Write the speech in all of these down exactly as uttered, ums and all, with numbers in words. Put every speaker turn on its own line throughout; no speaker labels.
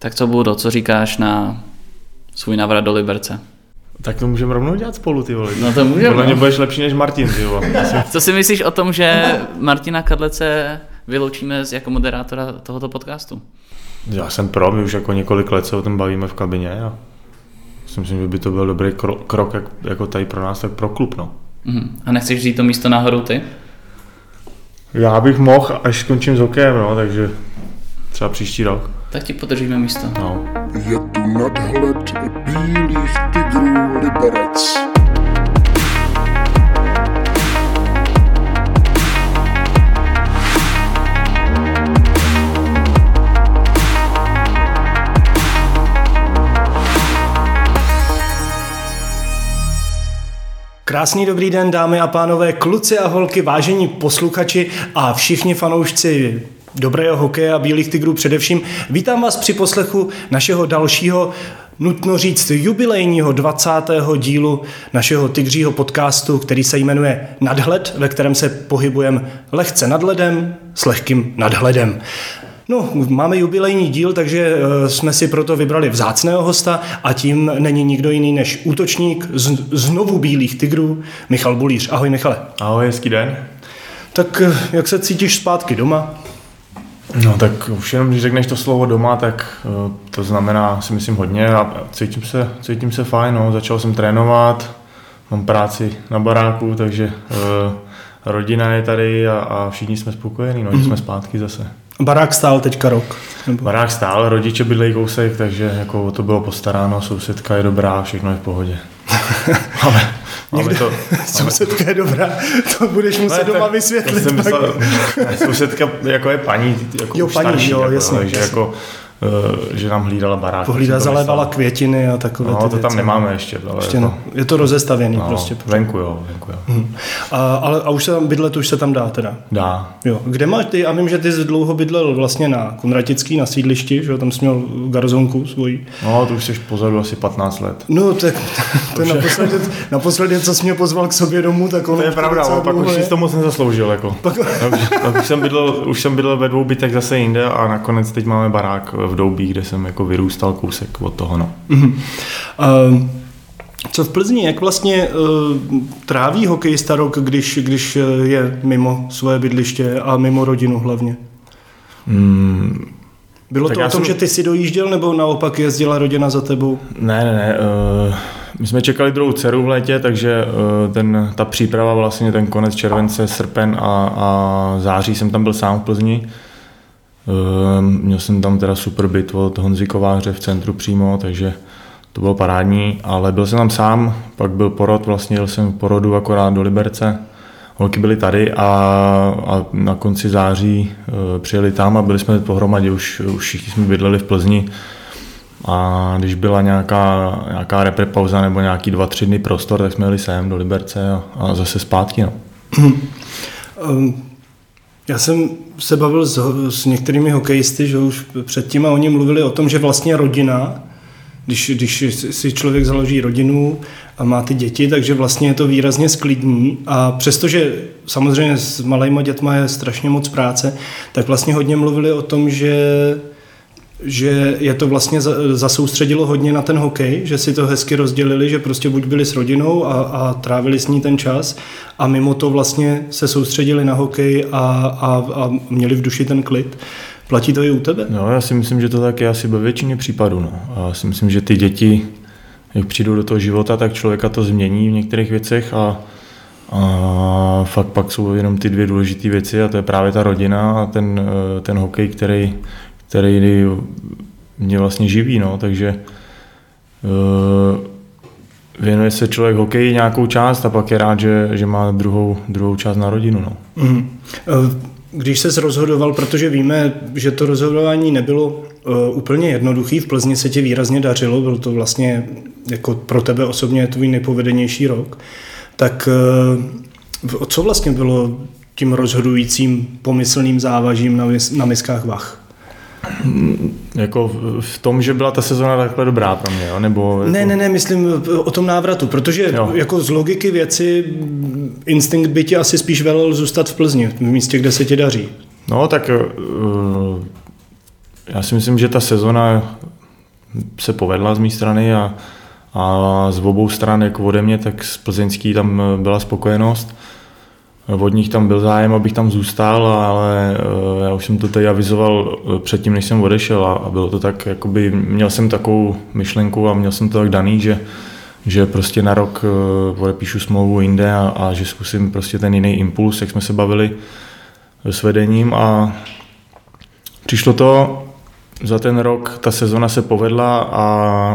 Tak co Budo, co říkáš na svůj návrat do Liberce?
Tak to můžeme rovnou dělat spolu, ty vole.
No to můžeme.
Podle mě budeš lepší než Martin, ty vole.
Co si myslíš o tom, že Martina Kadlece vyloučíme jako moderátora tohoto podcastu?
Já jsem pro, my už jako několik let se o tom bavíme v kabině a myslím, že by to byl dobrý krok jak, jako tady pro nás, tak pro klub, no.
Uh-huh. A nechceš vzít to místo náhodou ty?
Já bych mohl, až skončím s hokejem, no, takže třeba příští rok.
Tak ti podržíme místo.
No.
Je tu nadhled bílých tygrů Liberec.
Krásný dobrý den, dámy a pánové, kluci a holky, vážení posluchači a všichni fanoušci dobrého hokeje a bílých tygrů především. Vítám vás při poslechu našeho dalšího, nutno říct jubilejního dvacátého dílu našeho tygřího podcastu, který se jmenuje Nadhled, ve kterém se pohybujeme lehce nad ledem s lehkým nadhledem. No, máme jubilejní díl, takže jsme si proto vybrali vzácného hosta a tím není nikdo jiný než útočník z, znovu bílých tygrů, Michal Bulíř. Ahoj, Michale.
Ahoj, hezký den.
Tak jak se cítíš zpátky doma?
No tak už jenom, když řekneš to slovo doma, tak to znamená, si myslím, hodně a cítím se, cítím se fajn, no. Začal jsem trénovat, mám práci na baráku, takže uh, rodina je tady a, a všichni jsme spokojení, no, mm-hmm. jsme zpátky zase.
Barák stál teďka rok? Nebo?
Barák stál, rodiče bydlejí kousek, takže jako to bylo postaráno, sousedka je dobrá, všechno je v pohodě. ale,
Někde, to, sousedka je dobrá, to budeš muset ne, doma tak, vysvětlit.
To myslel, ne, sousedka jako je paní, jako
jo, paní,
starší,
jo,
jako,
jasně,
takže
jasně.
jako, že nám hlídala barák.
Pohlídala, zalévala květiny a takové
no,
ty
to tam
věci.
nemáme ještě. Ale
ještě
jako,
no. Je to rozestavěný
no,
prostě.
Venku jo, venku jo.
Hmm. A, ale, a už se tam bydlet, už se tam dá teda?
Dá.
Jo. Kde máš ty? Já vím, že ty jsi dlouho bydlel vlastně na Kunratický, na sídlišti, že tam jsi měl garzonku svoji.
No, to už jsi pozadu asi patnáct let.
No, tak to je naposledy, naposledy, co jsi mě pozval k sobě domů, tak ono...
To je pravda, ale pak už jsi to moc nezasloužil, jako. Pak... tak, už, jsem bydlel, už jsem bydlel ve dvou bytech zase jinde a nakonec teď máme barák v Doubí, kde jsem jako vyrůstal kousek od toho, no.
Mm-hmm. Uh, co v Plzni, jak vlastně uh, tráví hokejista rok, když, když je mimo svoje bydliště a mimo rodinu hlavně?
Mm,
Bylo to o tom, jsem... že ty si dojížděl, nebo naopak jezdila rodina za tebou?
Ne, ne, ne. Uh, my jsme čekali druhou dceru v létě, takže uh, ten, ta příprava vlastně, ten konec července, srpen a, a září jsem tam byl sám v Plzni. Uh, měl jsem tam teda super byt od Honzy Kováře v centru přímo, takže to bylo parádní, ale byl jsem tam sám, pak byl porod, vlastně jel jsem v porodu akorát do Liberce, holky byly tady a, a na konci září uh, přijeli tam a byli jsme pohromadě, už, už všichni jsme bydleli v Plzni a když byla nějaká, nějaká repre pauza nebo nějaký dva, tři dny prostor, tak jsme jeli sem do Liberce a, a zase zpátky. No.
um. Já jsem se bavil s, s některými hokejisty, že už předtím a oni mluvili o tom, že vlastně rodina, když, když si člověk založí rodinu a má ty děti, takže vlastně je to výrazně sklidní a přestože samozřejmě s malejma dětma je strašně moc práce, tak vlastně hodně mluvili o tom, že že je to vlastně zasoustředilo hodně na ten hokej, že si to hezky rozdělili, že prostě buď byli s rodinou a, a trávili s ní ten čas a mimo to vlastně se soustředili na hokej a, a, a měli v duši ten klid. Platí to i u tebe?
No, já si myslím, že to tak je asi ve většině případů. No. A já si myslím, že ty děti, jak přijdou do toho života, tak člověka to změní v některých věcech a, a fakt pak jsou jenom ty dvě důležité věci a to je právě ta rodina a ten, ten hokej, který který mě vlastně živí, no, takže uh, věnuje se člověk hokeji nějakou část a pak je rád, že, že má druhou, druhou část na rodinu, no.
Mm. Když ses rozhodoval, protože víme, že to rozhodování nebylo uh, úplně jednoduchý, v Plzni se ti výrazně dařilo, byl to vlastně jako pro tebe osobně tvůj nejpovedenější rok, tak uh, co vlastně bylo tím rozhodujícím pomyslným závažím na, mis- na miskách vah?
Jako v tom, že byla ta sezona takhle dobrá pro mě, jo? Nebo jako...
Ne, ne, ne, myslím o tom návratu, protože jo. Jako z logiky věci instinkt by ti asi spíš velel zůstat v Plzni, v místě, kde se ti daří.
No, tak uh, já si myslím, že ta sezona se povedla z mé strany a, a z obou stran, jako ode mě, tak z plzeňský tam byla spokojenost. Od nich tam byl zájem, abych tam zůstal, ale já už jsem to tady avizoval předtím, než jsem odešel a bylo to tak, jakoby, měl jsem takovou myšlenku a měl jsem to tak daný, že, že prostě na rok podepíšu smlouvu jinde a, a že zkusím prostě ten jiný impuls, jak jsme se bavili s vedením a přišlo to, za ten rok ta sezona se povedla a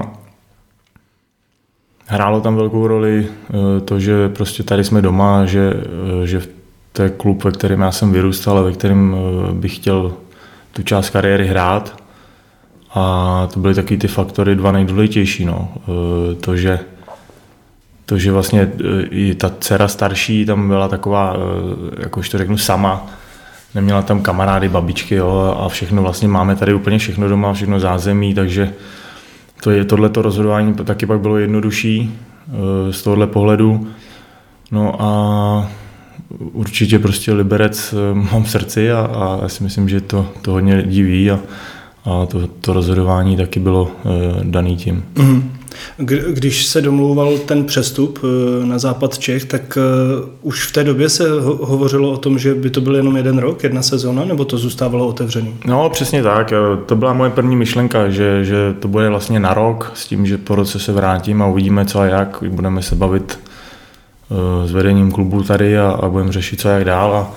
hrálo tam velkou roli to, že prostě tady jsme doma, že, že to je klub, ve kterém já jsem vyrůstal a ve kterém bych chtěl tu část kariéry hrát. A to byly taky ty faktory dva nejdůležitější. No. To, že, to, že vlastně i ta dcera starší tam byla taková, jak už to řeknu, sama. Neměla tam kamarády, babičky, jo, a všechno vlastně máme tady úplně všechno doma, všechno zázemí, takže to je tohleto rozhodování taky pak bylo jednodušší z tohohle pohledu. No a určitě prostě Liberec mám v srdci a, a já si myslím, že to, to hodně lidí ví a, a to, to rozhodování taky bylo daný tím.
Mm-hmm. Když se domlouval ten přestup na západ Čech, tak už v té době se ho- hovořilo o tom, že by to byl jenom jeden rok, jedna sezóna, nebo to zůstávalo otevřený?
No přesně tak, to byla moje první myšlenka, že, že to bude vlastně na rok s tím, že po roce se vrátím a uvidíme co a jak, budeme se bavit s vedením klubu tady a, a budeme řešit co a jak dál a,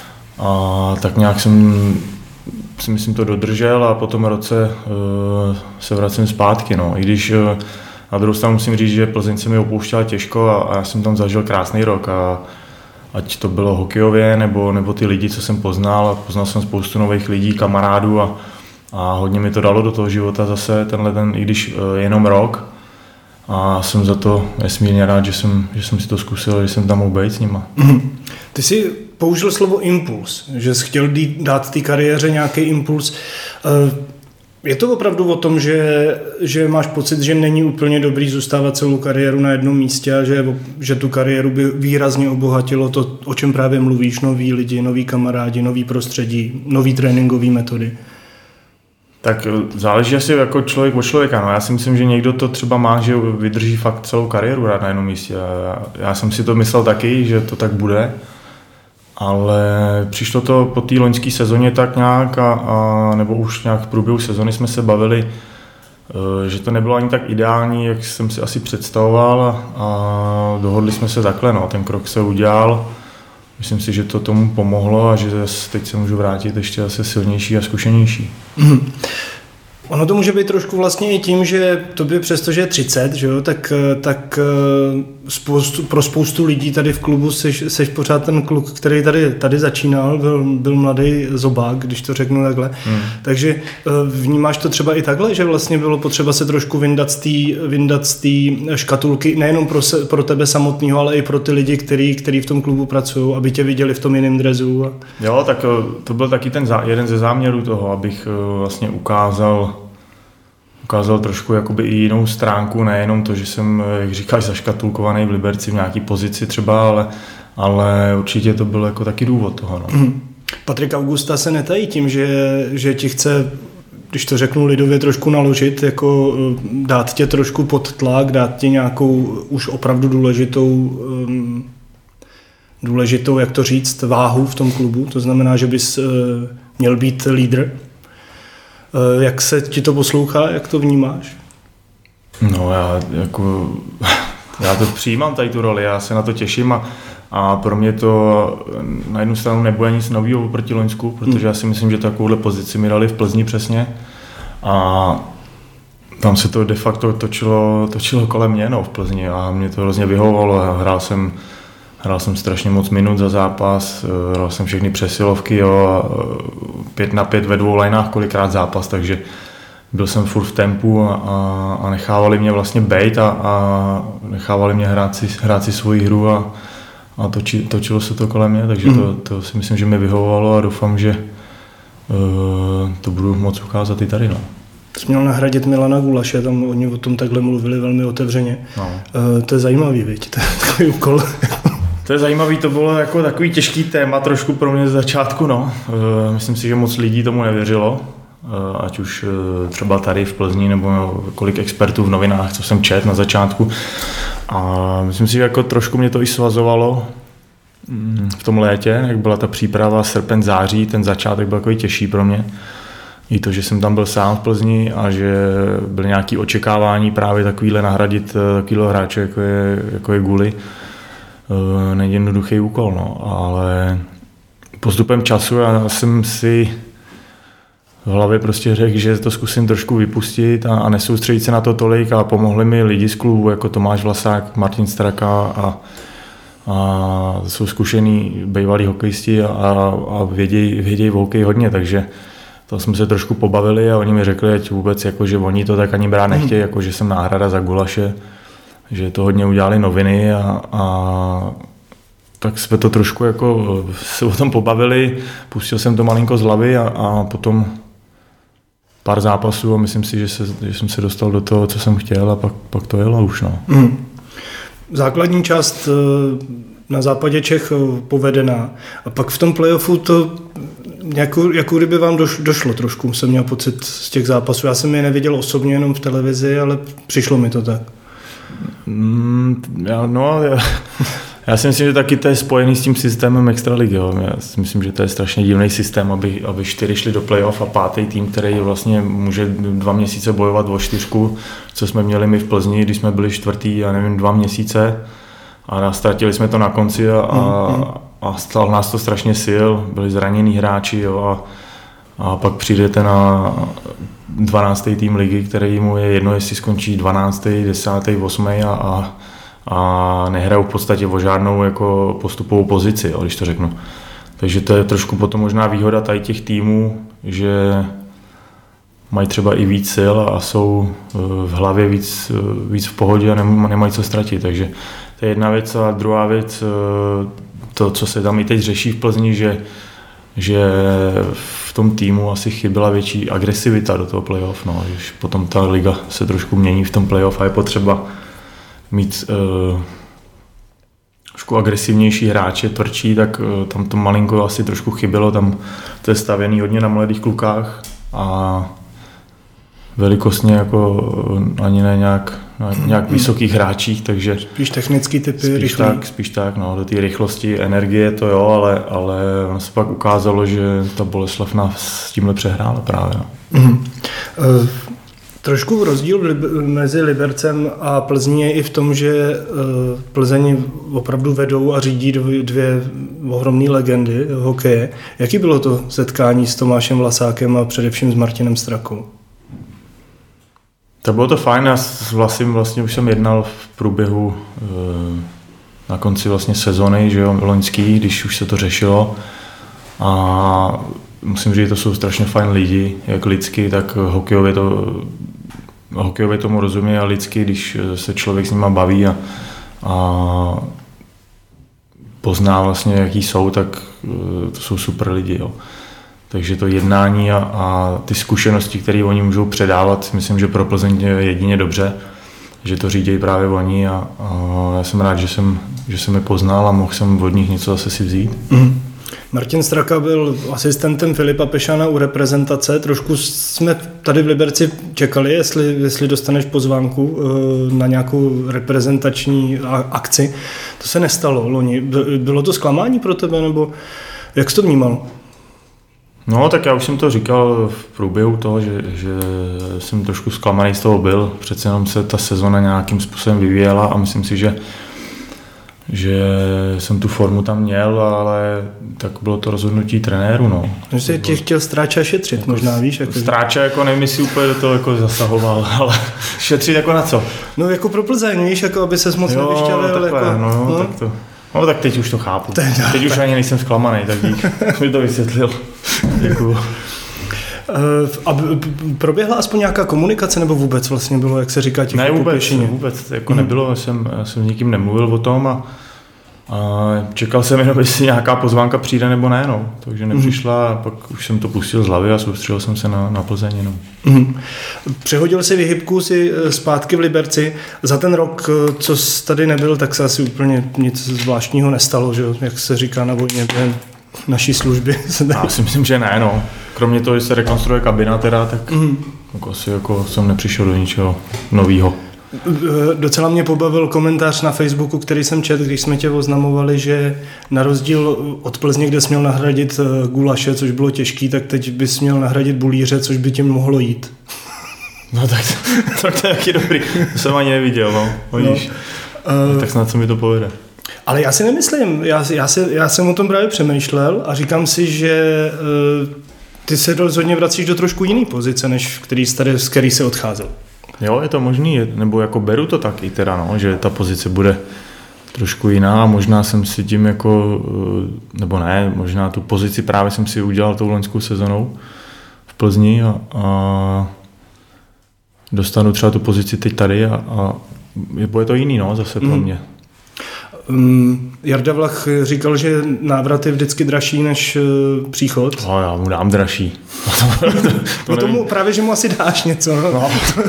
a tak nějak jsem si myslím to dodržel a po tom roce uh, se vracím zpátky, no. I když uh, na druhou stranu musím říct, že Plzeň se mi opouštěla těžko a, a já jsem tam zažil krásný rok a ať to bylo hokejově nebo, nebo ty lidi, co jsem poznal a poznal jsem spoustu nových lidí, kamarádů a, a hodně mi to dalo do toho života zase tenhle ten, i když uh, jenom rok a jsem za to nesmírně rád, že jsem, že jsem si to zkusil, že jsem tam mohl být s nima.
Mm-hmm. Ty jsi použil slovo impuls, že jsi chtěl dát té kariéře nějaký impuls. Je to opravdu o tom, že, že máš pocit, že není úplně dobrý zůstávat celou kariéru na jednom místě a že, že tu kariéru by výrazně obohatilo to, o čem právě mluvíš, noví lidi, noví kamarádi, nový prostředí, nový tréninkové metody?
Tak záleží asi jako člověk od člověka. No. Já si myslím, že někdo to třeba má, že vydrží fakt celou kariéru rád na jednom místě. Já, já jsem si to myslel taky, že to tak bude, ale přišlo to po té loňské sezóně tak nějak, a, a, nebo už nějak v průběhu sezóny jsme se bavili, že to nebylo ani tak ideální, jak jsem si asi představoval a, a dohodli jsme se takhle. No. Ten krok se udělal. Myslím si, že to tomu pomohlo a že teď se můžu vrátit ještě asi silnější a zkušenější.
Mm. Ono to může být trošku vlastně i tím, že tobě přestože je třicet, že jo, tak, tak spoustu, pro spoustu lidí tady v klubu seš, seš pořád ten kluk, který tady, tady začínal, byl, byl mladý zobák, když to řeknu takhle. Hmm. Takže vnímáš to třeba i takhle, že vlastně bylo potřeba se trošku vyndat z té vyndat z té škatulky, nejenom pro, se, pro tebe samotného, ale i pro ty lidi, který, který v tom klubu pracují, aby tě viděli v tom jiném dresu. A...
Jo, tak to byl taky ten zá, jeden ze záměrů toho, abych vlastně ukázal ukázal trošku jakoby i jinou stránku, nejenom to, že jsem, jak říkáš, zaškatulkovaný v Liberci v nějaký pozici třeba, ale, ale určitě to byl jako taky důvod toho. No.
Mm. Patrik Augusta se netají tím, že, že ti chce, když to řeknu lidově, trošku naložit, jako dát tě trošku pod tlak, dát ti nějakou už opravdu důležitou, um, důležitou, jak to říct, váhu v tom klubu. To znamená, že bys uh, měl být lídr. Jak se ti to poslouchá, jak to vnímáš?
No já jako, já to přijímám tady tu roli, já se na to těším a, a pro mě to na jednu stranu nebude nic nového oproti Loňsku, protože já si myslím, že takovouhle pozici mi dali v Plzni přesně a tam se to de facto točilo, točilo kolem mě, no, v Plzni a mě to hrozně vyhovovalo, hrál jsem Hrál jsem strašně moc minut za zápas, hrál jsem všechny přesilovky, jo, pět na pět ve dvou lineách kolikrát zápas, takže byl jsem furt v tempu a, a nechávali mě vlastně bejt a, a nechávali mě hrát si, hrát si svoji hru a, a toči, točilo se to kolem mě, takže to, to si myslím, že mi vyhovovalo a doufám, že uh, to budu moc ukázat i tady. No.
Jsi měl nahradit Milana Gulaše, tam oni o tom takhle mluvili velmi otevřeně. No. Uh, to je zajímavý, viď? To je takový úkol.
To je zajímavý, to bylo jako takový těžký téma trošku pro mě z začátku, no. Myslím si, že moc lidí tomu nevěřilo ať už třeba tady v Plzni nebo kolik expertů v novinách, co jsem četl na začátku. A myslím si, že jako trošku mě to i svazovalo v tom létě, jak byla ta příprava srpen, září, ten začátek byl takový těžší pro mě. I to, že jsem tam byl sám v Plzni a že byly nějaké očekávání právě takovýhle nahradit takovýhle hráče, jako je, jako je Guli. Není jednoduchý úkol, no, ale postupem času já jsem si v hlavě prostě řekl, že to zkusím trošku vypustit a, a nesoustředit se na to tolik a pomohli mi lidi z klubu, jako Tomáš Vlasák, Martin Straka a, a jsou zkušený bývalí hokejisti a, a vědějí, vědějí v hokeji hodně, takže to jsme se trošku pobavili a oni mi řekli, ať vůbec, jako, že oni to tak ani brát nechtějí, jako, že jsem náhrada za Gulaše, že to hodně udělali noviny a, a tak jsme to trošku jako se o tom pobavili, pustil jsem to malinko z hlavy a, a potom pár zápasů a myslím si, že, se, že jsem se dostal do toho, co jsem chtěl a pak, pak to jelo už. No.
Mm. Základní část na západě Čech povedená a pak v tom playoffu to jako, jako kdyby vám došlo trošku, jsem měl pocit z těch zápasů. Já jsem je neviděl osobně jenom v televizi, ale přišlo mi to tak.
Mm, já, no, já, já si myslím, že taky to je spojený s tím systémem extraligy. Jo. Já si myslím, že to je strašně divný systém, aby, aby čtyři šli do playoff a pátý tým, který vlastně může dva měsíce bojovat o čtyřku, co jsme měli my v Plzni, když jsme byli čtvrtý, já nevím, dva měsíce a ztratili jsme to na konci a, a, a stalo nás to strašně sil, byli zranění hráči, jo, a, a pak přijdete na dvanáctý tým ligy, který mu je jedno, jestli skončí dvanáctý, desátý, osmý a, a, a nehrajou v podstatě o žádnou jako postupovou pozici, jo, když to řeknu. Takže to je trošku potom možná výhoda tady těch týmů, že mají třeba i víc sil a jsou v hlavě víc, víc v pohodě a nemají co ztratit. Takže to je jedna věc a druhá věc, to, co se tam i teď řeší v Plzni, že, že v tom týmu asi chyběla větší agresivita do toho playoff, no, že potom ta liga se trošku mění v tom playoff a je potřeba mít uh, trošku agresivnější hráče, tvrdší, tak uh, tam to malinko asi trošku chybělo, tam to je stavěný hodně na mladých klukách a velikostně jako ani ne nějak, nějak vysokých hráčích, takže
spíš technický typy,
spíš
rychlý.
tak, spíš tak, no, do té rychlosti, energie to jo, ale, ale ono se pak ukázalo, že ta Boleslavna s tímhle přehrála právě. No.
Mm. Uh, trošku rozdíl mezi Libercem a Plzní je i v tom, že uh, Plzeň opravdu vedou a řídí dvě ohromné legendy hokeje. Jaký bylo to setkání s Tomášem Vlasákem a především s Martinem Strakou?
Tak bylo to fajn, já s Vlasím vlastně už jsem jednal v průběhu na konci vlastně sezony, že jo, loňský, když už se to řešilo a musím říct, že to jsou strašně fajn lidi, jak lidsky, tak hokejově to hokejově tomu rozumí a lidsky, když se člověk s nima baví a, a pozná vlastně, jaký jsou, tak to jsou super lidi, jo. Takže to jednání a, a ty zkušenosti, které oni můžou předávat, myslím, že pro Plzeň je jedině dobře, že to řídí právě oni a, a já jsem rád, že jsem, že jsem je poznal a mohl jsem od nich něco zase si vzít. Mm.
Martin Straka byl asistentem Filipa Pešana u reprezentace. Trošku jsme tady v Liberci čekali, jestli, jestli dostaneš pozvánku na nějakou reprezentační akci. To se nestalo loni. Bylo to zklamání pro tebe, nebo jak jsi to vnímal?
No, tak já už jsem to říkal v průběhu toho, že, že jsem trošku zklamaný z toho byl. Přece jenom se ta sezona nějakým způsobem vyvíjela a myslím si, že, že jsem tu formu tam měl, ale tak bylo to rozhodnutí trenéru. No.
Že jsi tě chtěl Stráča šetřit, jako možná víš? Jako
Stráča, jako nevím, jestli úplně do toho jako zasahoval, ale šetřit jako na co?
No jako pro Plzeň, víš, jako aby ses moc nevyštělil.
Jako, no, no, tak to... No tak teď už to chápu. Teď, teď tak. Už ani nejsem zklamaný, tak dík, mi to vysvětlil. Děkuju.
A proběhla aspoň nějaká komunikace, nebo vůbec vlastně bylo, jak se říká, těch
ne, vůbec, vůbec, jako mm. nebylo, já jsem, já jsem s nikým nemluvil o tom a, a čekal jsem jenom, jestli nějaká pozvánka přijde nebo ne, no. Takže nepřišla a pak už jsem to pustil z hlavy a soustředil jsem se na, na Plzeň jenom.
Mm. Přehodil si vyhybku si zpátky v Liberci. Za ten rok, co jsi tady nebyl, tak se asi úplně nic zvláštního nestalo, že? Jak se říká na vojně během naší služby.
Já si myslím, že ne, no. kromě toho, že se rekonstruuje kabina teda, tak mm. jako asi jako jsem nepřišel do ničeho novýho.
Docela mě pobavil komentář na Facebooku, který jsem četl, když jsme tě oznamovali, že na rozdíl od Plzně, kde jsi měl nahradit gulaše, což bylo těžký, tak teď bys měl nahradit bulíře, což by tě mohlo jít.
No tak, tak to je taky dobrý. To jsem ani neviděl, no. Hodíš. No, uh, tak snad se mi to povede.
Ale já si nemyslím. Já, já, si, já jsem o tom právě přemýšlel a říkám si, že uh, ty se rozhodně vracíš do trošku jiný pozice, než který tady, z který se odcházel.
Jo, je to možný, nebo jako beru to taky teda, no, že ta pozice bude trošku jiná. Možná jsem si tím jako, nebo ne, možná tu pozici právě jsem si udělal tou loňskou sezonou v Plzni a, a dostanu třeba tu pozici teď tady a, a je to jiný, no, zase pro mě.
Um, Jarda Vlach říkal, že návrat je vždycky dražší než uh, příchod.
No, já mu dám dražší. to, to,
to no tomu právě, že mu asi dáš něco. No.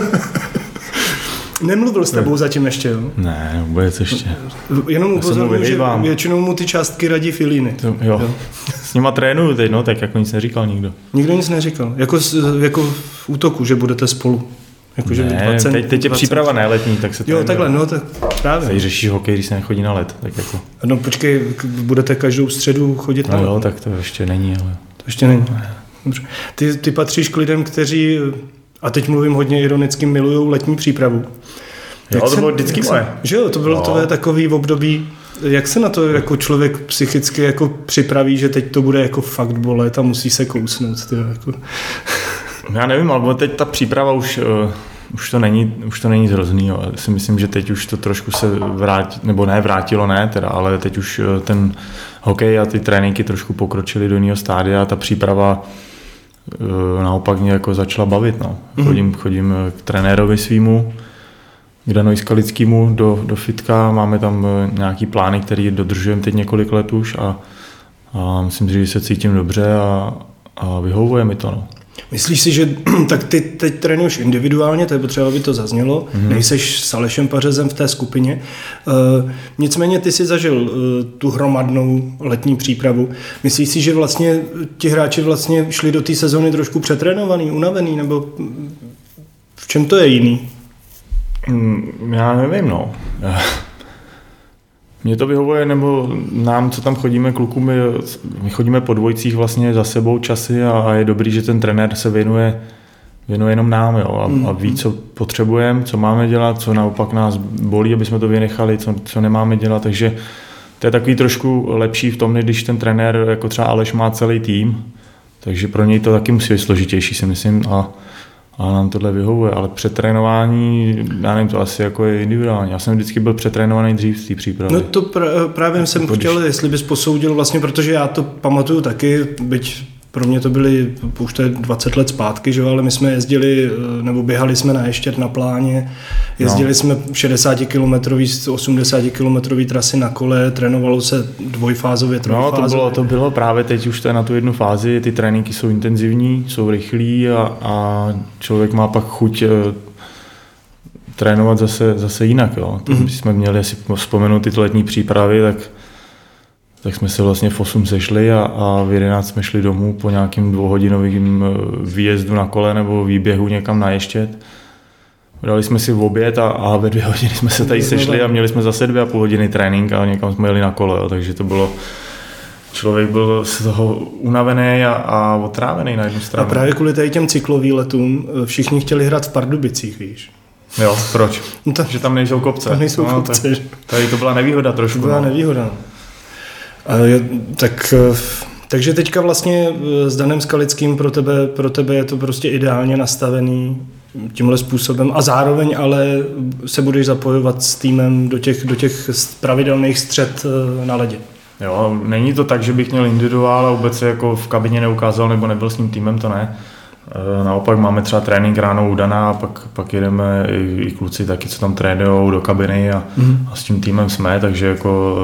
Nemluvil s tebou zatím ještě, jo?
Ne, vůbec ještě.
Jenom upozorňuji, že většinou mu ty částky radí Filíny.
To, jo. jo. S nima trénuju teď, no, tak jako nic neříkal nikdo.
Nikdo nic neříkal. Jako, jako v útoku, že budete spolu. Jako, že
ne,
dvacet,
teď, teď je
dvacet
příprava ne letní, tak se to...
Jo, takhle, no, tak právě.
Teď řešíš hokej, když se nechodí na let, tak jako...
No počkej, budete každou středu chodit
no
na let?
No jo, tak to ještě není, ale...
To ještě není. Dobře. Ty, ty patříš k lidem, kteří, a teď mluvím hodně ironicky, milujou letní přípravu.
Jo, jak to bylo vždycky moje.
Že jo, to bylo no. to je takový v období, jak se na to jako člověk psychicky jako připraví, že teď to bude jako fakt bolet a musí se kousnout. Tyjo, jako.
Já nevím, ale teď ta příprava už, uh, už to není, už to není hrozný. Jo. Já si myslím, že teď už to trošku se vrátilo, nebo ne, vrátilo ne, teda, ale teď už uh, ten hokej a ty tréninky trošku pokročily do jiného stádia a ta příprava uh, naopak mě jako začala bavit. No. Mm-hmm. Chodím, chodím k trenérovi svýmu, k Danovi Skalickému do, do fitka, máme tam uh, nějaký plány, které dodržujeme teď několik let už a, a myslím si, že se cítím dobře a, a vyhovuje mi to. No.
Myslíš si, že tak ty teď trénuješ individuálně, to je potřeba, aby to zaznělo, mm-hmm. nejseš s Alešem Pařezem v té skupině, uh, nicméně ty jsi zažil uh, tu hromadnou letní přípravu. Myslíš si, že vlastně ti hráči vlastně šli do té sezóny trošku přetrénovaný, unavený, nebo v čem to je jiný?
Mm, já nevím, no. Mně to vyhovuje, nebo nám, co tam chodíme, klukům, my, my chodíme po dvojcích vlastně za sebou časy a, a je dobrý, že ten trenér se věnuje, věnuje jenom nám, jo, a, mm. a ví, co potřebujeme, co máme dělat, co naopak nás bolí, aby jsme to vynechali, co, co nemáme dělat, takže to je takový trošku lepší v tom, když ten trenér, jako třeba Aleš, má celý tým, takže pro něj to taky musí být složitější, si myslím, a a nám tohle vyhovuje, ale přetrénování, já nevím, to asi jako je individuální. Já jsem vždycky byl přetrénovaný dřív z té přípravy.
No to pr- právě jsem
jako
chtěl,
když...
jestli bys posoudil vlastně, protože já to pamatuju taky, byť pro mě to byly, už to je dvacet let zpátky, že? Ale my jsme jezdili, nebo běhali jsme na Ještěd na pláně, jezdili no. jsme šedesátikilometrový, osmdesátikilometrový trasy na kole, trénovalo se dvojfázově, trojfázově.
No to bylo, to bylo právě teď už to je na tu jednu fázi, ty tréninky jsou intenzivní, jsou rychlí a, a člověk má pak chuť trénovat zase, zase jinak. Jo. Mm-hmm. Když jsme měli, asi vzpomenout tyto letní přípravy, tak tak jsme se vlastně v osm sešli a, a v jedenáct jsme šli domů po nějakým dvouhodinovým výjezdu na kole nebo výběhu někam na Ještěd. Dali jsme si v oběd a, a ve dvě hodiny jsme se tady sešli a měli jsme zase dvě a půl hodiny trénink a někam jsme jeli na kole, jo. Takže to bylo, člověk byl z toho unavený a, a otrávený na jednu stranu.
A právě kvůli tady těm cyklovýletům všichni chtěli hrát v Pardubicích, víš?
Jo, proč?
No tak,
že tam nejsou kopce.
Tam nejsou
no,
kopce.
Tak, tady to byla nevýhoda trošku.
To byla
no.
nevýhoda. A je, tak, takže teďka vlastně s Danem Skalickým pro tebe, pro tebe je to prostě ideálně nastavený tímhle způsobem a zároveň ale se budeš zapojovat s týmem do těch, do těch pravidelných střet na ledě.
Jo, není to tak, že bych měl individuál a vůbec se jako v kabině neukázal nebo nebyl s tím týmem, to ne. Naopak máme třeba trénink ráno u Dana a pak, pak jedeme i, i kluci taky, co tam trénujou do kabiny a, mm. a s tím týmem jsme, takže jako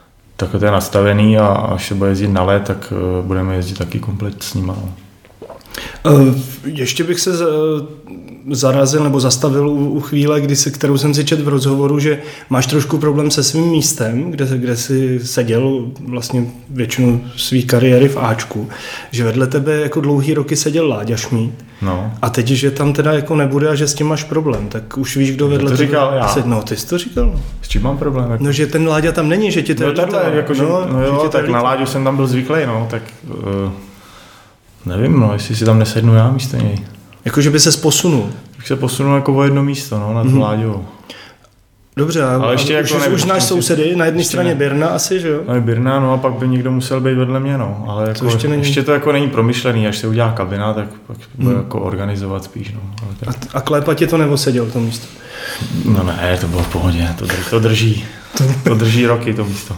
takhle to je nastavený a až se bude jezdit na led, tak budeme jezdit taky komplet s nima.
Ještě bych se zarazil nebo zastavil u chvíle, kdy si, kterou jsem si četl v rozhovoru, že máš trošku problém se svým místem, kde, kde jsi seděl vlastně většinu své kariéry v Ačku, že vedle tebe jako dlouhý roky seděl Láďa Šmíd.
No.
A teď, že tam teda jako nebude a že s tím máš problém, tak už víš, kdo vedle
to
tebe
říkal já.
sedí. No, ty jsi to říkal.
S čím mám problém? Jako?
No, že ten Láďa tam není, že ti to
no,
je líto.
jako, že, no, no jo, tak na Láďu jsem tam byl zvyklý, no, tak uh, nevím, no, jestli si tam nesednu já místo něj.
Jako, že by ses posunul.
Bych se posunul jako o jedno místo, no, na tu mm-hmm. Láďu.
Dobře, ale ještě jako už, nevím, už znáš sousedy, na jedné straně ne. Birna asi, že jo?
No, Birna, no a pak by někdo musel být vedle mě, no, ale jako,
ještě, není...
ještě to jako není promyšlený, až se udělá kabina, tak pak hmm. bude jako organizovat spíš, no.
A, a Klepa tě to nevoseděl, to místo?
No ne, to bylo v pohodě, to, to drží, to drží roky, to místo.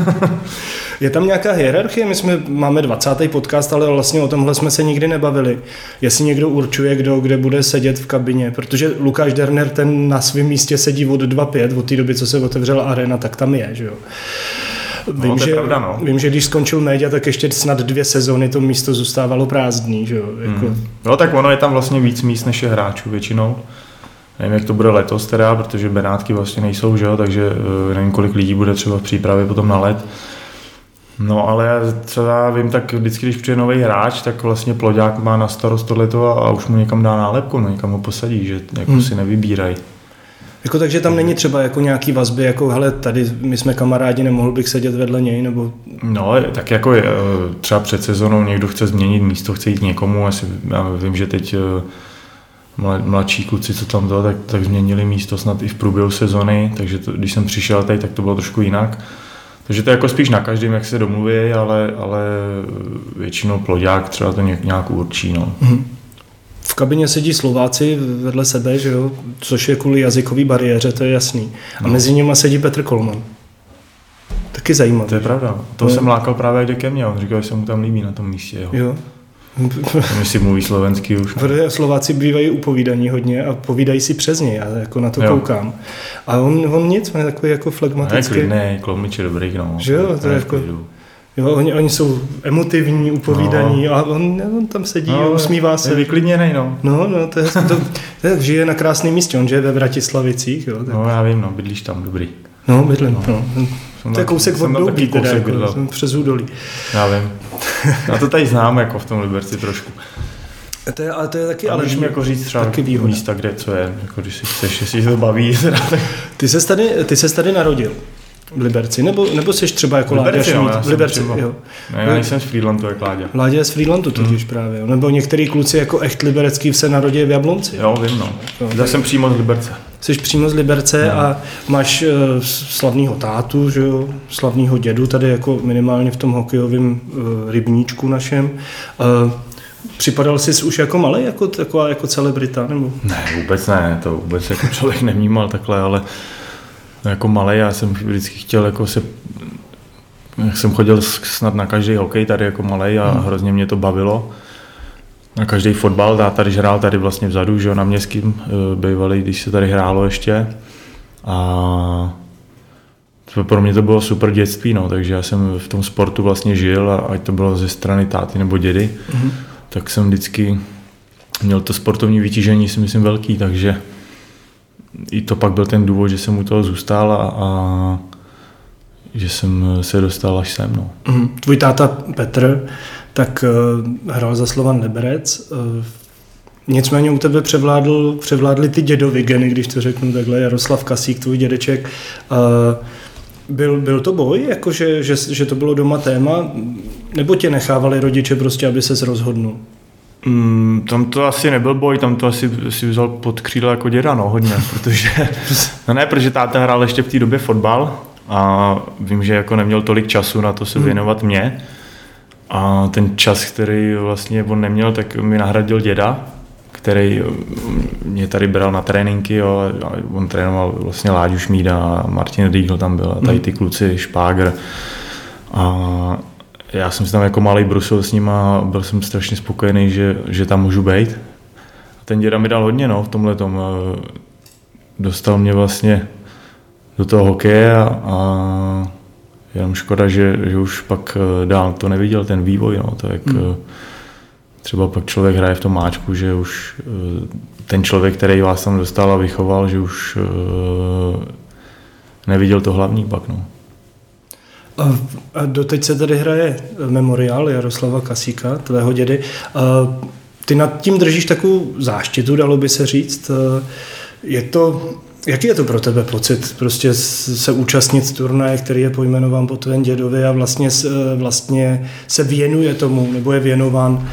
Je tam nějaká hierarchie? My jsme, máme dvacátý podcast, ale vlastně o tomhle jsme se nikdy nebavili. Jestli někdo určuje, kdo kde bude sedět v kabině, protože Lukáš Derner ten na svém místě sedí od dva pět, od té doby, co se otevřela arena, tak tam je, že jo. Vím,
no,
že,
pravda, no.
vím, že když skončil Média, tak ještě snad dvě sezóny to místo zůstávalo prázdný, že jo. Jako...
Mm. No tak ono je tam vlastně víc míst než je hráčů většinou. Nevím, jak to bude letos teda, protože Benátky vlastně nejsou, že jo, takže nevím, kolik lidí bude třeba v přípravě potom na let. No ale já třeba vím, tak vždycky, když přijde nový hráč, tak vlastně Ploďák má na starost tohleto a, a už mu někam dá nálepku, no někam ho posadí, že jako hmm. si nevybírají.
Jako takže tam není třeba jako nějaký vazby, jako hele, tady my jsme kamarádi, nemohl bych sedět vedle něj, nebo...
No, tak jako je, třeba před sezónou někdo chce změnit místo, chce jít někomu, asi, já vím, že teď mladší kluci, co tam to, tak, tak změnili místo snad i v průběhu sezony, takže to, když jsem přišel tady, tak to bylo trošku jinak. Takže to je jako spíš na každém, jak se domluví, ale, ale většinou Ploďák třeba to nějak určí. No.
V kabině sedí Slováci vedle sebe, že jo? Což je kvůli jazykové bariéře, to je jasný. A no. Mezi nimi sedí Petr Kolman. Taky zajímavý.
To je pravda. To no. jsem lákal právě jde ke mně. On říkal, že se mu tam líbí na tom místě. Jo.
jo.
My si mluví slovensky už.
Protože Slováci bývají upovídaní hodně a povídají si přes něj, já jako na to jo. koukám. A on, on nic, on je takový jako flegmatický.
Ne, klidný, Klomič je dobrý, no.
Že jo, to je jako... Jo, oni, oni jsou emotivní, upovídaní no. a on, on tam sedí no, a usmívá se.
Je vyklidněnej, no.
No, no, to je, to, to je, žije na krásném místě, on žije ve Vratislavicích, jo. Tak.
No, já vím, no, bydlíš tam, dobrý.
No, bydlím, no. no. To je kousek od Doubí, teda, jako, přes údolí.
Já vím. Já to tady znám, jako v tom Liberci trošku.
To je, ale to je taky...
Ale můžeš mi jako říct třeba místa, kde co je, jako když si chceš, jestli to baví. Teda, tak...
Ty ses tady, ty ses tady narodil v Liberci, nebo, nebo jsi třeba jako Láďa Šmíd?
No, v Liberci, jo. Ne, já nejsem z Frýdlantu, jak Láďa.
Láďa je z Frýdlantu totiž hmm. právě, jo. Nebo některý kluci jako echt liberecký se narodí v Jablonci.
Jo, vím, no. Jo, já jsem přímo z Liberce.
Jsi přímo z Liberce no. a máš uh, slavnýho tátu, že jo, slavnýho dědu tady jako minimálně v tom hokejovém uh, rybníčku našem. Uh, Připadal jsi už jako malej, jako taková jako celebrita, nebo?
Ne, vůbec ne, to vůbec jako člověk nevnímal takhle, ale jako malej, já jsem vždycky chtěl jako se, jak jsem chodil snad na každý hokej tady jako malej a hmm. hrozně mě to bavilo. Na každý fotbal, táta když hrál tady vlastně vzadu, že jo, na Městským bývalý, když se tady hrálo ještě. A pro mě to bylo super dětství, no, takže já jsem v tom sportu vlastně žil a ať to bylo ze strany táty nebo dědy, hmm. tak jsem vždycky měl to sportovní vytížení, si myslím, velký, takže i to pak byl ten důvod, že jsem u toho zůstal a, a že jsem se dostal až sem. No.
Mm, tvůj táta Petr tak uh, hrál za Slovan Liberec, uh, nicméně u tebe převládl, převládly ty dědovy geny, když to řeknu takhle, Jaroslav Kasík, tvůj dědeček. Uh, byl, byl to boj, jako že, že, že to bylo doma téma, nebo tě nechávali rodiče prostě, aby ses rozhodnul?
Mm, tam to asi nebyl boj, tam to asi si vzal pod křídlo jako děda, no, hodně, protože, no ne, protože táta hrál ještě v té době fotbal a vím, že jako neměl tolik času na to se věnovat mě a ten čas, který vlastně on neměl, tak mi nahradil děda, který mě tady bral na tréninky, jo, a on trénoval vlastně Láďu Šmída a Martin Riegl tam byl a tady ty kluci, Špágr a já jsem si tam jako malý brusil s ním a byl jsem strašně spokojený, že, že tam můžu být. A ten děda mi dal hodně, no, v tomhletom. Dostal mě vlastně do toho hokeje a, a jenom škoda, že, že už pak dál to neviděl, ten vývoj, no, to jak, hmm. třeba pak člověk hraje v tom máčku, že už ten člověk, který vás tam dostal a vychoval, že už neviděl to hlavní pak. No.
A doteď se tady hraje memoriál Jaroslava Kasíka, tvého dědy. Ty nad tím držíš takovou záštitu, dalo by se říct. Je to, jaký je to pro tebe pocit prostě se účastnit turnaje, který je pojmenován po tvém dědovi a vlastně, vlastně se věnuje tomu, nebo je věnován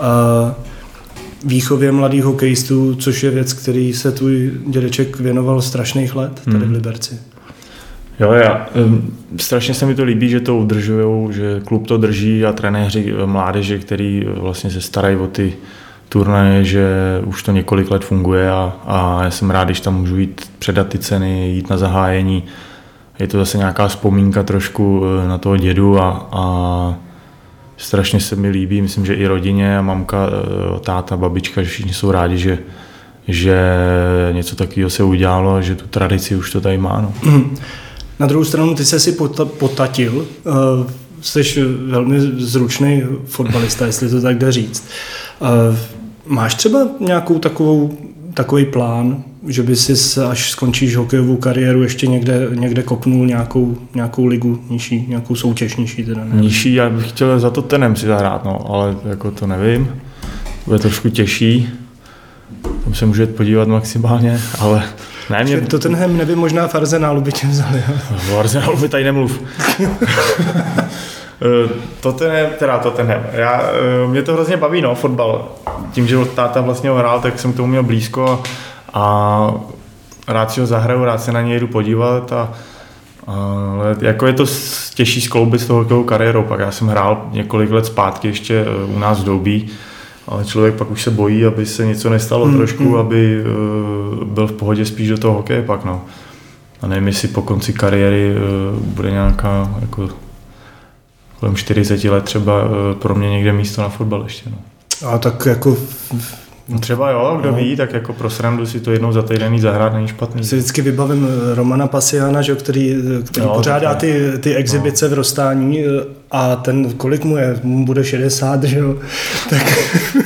výchově mladých hokejistů, což je věc, který se tvůj dědeček věnoval strašných let tady v Liberci.
Jo, já, strašně se mi to líbí, že to udržujou, že klub to drží a trenéři mládeže, který vlastně se starají o ty turnaje, že už to několik let funguje a, a já jsem rád, když tam můžu jít předat ty ceny, jít na zahájení. Je to zase nějaká vzpomínka trošku na toho dědu a, a strašně se mi líbí, myslím, že i rodině a mamka, táta, babička, že všichni jsou rádi, že, že něco takového se udělalo a že tu tradici už to tady má. No.
Na druhou stranu ty se si potatil, jsi velmi zručný fotbalista, jestli to tak jde říct. Máš třeba nějakou takovou, takový plán, že by si, až skončíš hokejovou kariéru, ještě někde, někde kopnul nějakou, nějakou ligu nižší, nějakou soutěž nižší? Teda,
nižší, já bych chtěl za to tenem si zahrát, no, ale jako to nevím. Bude trošku těžší. Tam se můžete podívat maximálně, ale ne, mě...
Tottenham nevím, možná v Arsenálu by tě vzali.
V Arsenálu by tady nemluv. Tottenham, teda Tottenham. Já, mě to hrozně baví, no, fotbal. Tím, že táta vlastně ho hrál, tak jsem k tomu měl blízko a, a rád si ho zahraju, rád se na něj jdu podívat a, ale jako je to těžší skloubit s tou hokejovou kariérou. Pak já jsem hrál několik let zpátky ještě u nás v Doubí, ale člověk pak už se bojí, aby se něco nestalo hmm, trošku, hmm. aby uh, byl v pohodě spíš do toho hokeje pak, no. A nevím, jestli po konci kariéry uh, bude nějaká, jako kolem čtyřicet let třeba uh, pro mě někde místo na fotbal ještě, no.
A tak jako...
No třeba jo, kdo no. ví, tak jako pro srandu si to jednou za týden jít zahrát není špatný.
Si vždycky vybavím Romana Pasiana, že, který, který no, pořádá ty, ty exibice no. v Rozstání a ten, kolik mu je, mu bude šedesát, že jo, tak,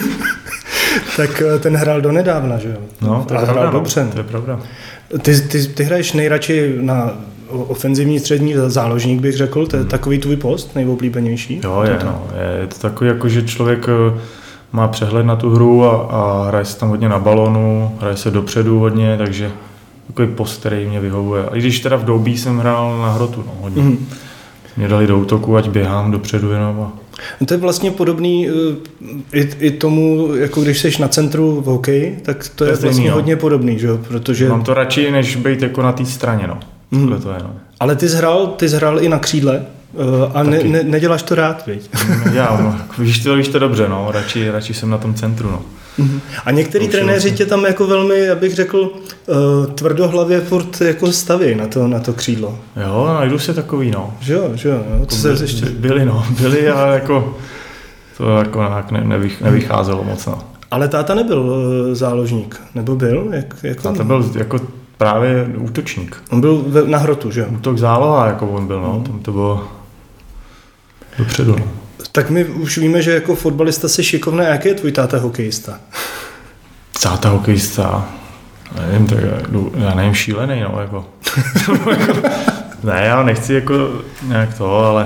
tak ten hrál donedávna, že jo.
No, to je
a
pravda,
hrál
no,
dobře.
to je pravda.
Ty, ty, ty hraješ nejradši na ofenzivní střední záložník, bych řekl, to je hmm. takový tvůj post, nejoblíbenější?
Jo, je, no, je, je to takový, jako, že člověk má přehled na tu hru a, a hraje se tam hodně na balonu, hraje se dopředu hodně, takže takový post, který mě vyhovuje. A i když teda v Doubí jsem hrál na hrotu, no, hodně. Mm. Mě dali do útoku, ať běhám dopředu jenom. A...
To je vlastně podobný i, i tomu, jako když jsi na centru v hokeji, tak to, to je, je vlastně no. hodně podobný, že jo, protože...
Mám to radši, než být jako na té straně, no. Mm. To je, no.
Ale ty jsi hrál, ty jsi hrál i na křídle, a ne, ne, neděláš to rád, viď?
Já, no, víš to, víš to dobře, no, radši, radši jsem na tom centru, no.
A některý trenéři tě tam jako velmi, abych řekl, uh, tvrdohlavě furt jako staví na to, na to křídlo.
Jo, najdu se takový, no.
Že jo, že jo. No,
to byli, ještě... byli, no, byli, ale jako to jako ne, nevych, nevycházelo moc, no.
Ale táta nebyl uh, záložník, nebo byl? Jak, jako...
Táta byl jako právě útočník.
On byl ve, na hrotu, že jo?
Útok záloha, jako on byl, no, tam to bylo dopředu, no.
Tak my už víme, že jako fotbalista jsi šikovný. A jaký je tvůj táta hokejista?
Táta hokejista? Nevím, tak já nevím, šílený, no, jako. Ne, já nechci jako nějak to, ale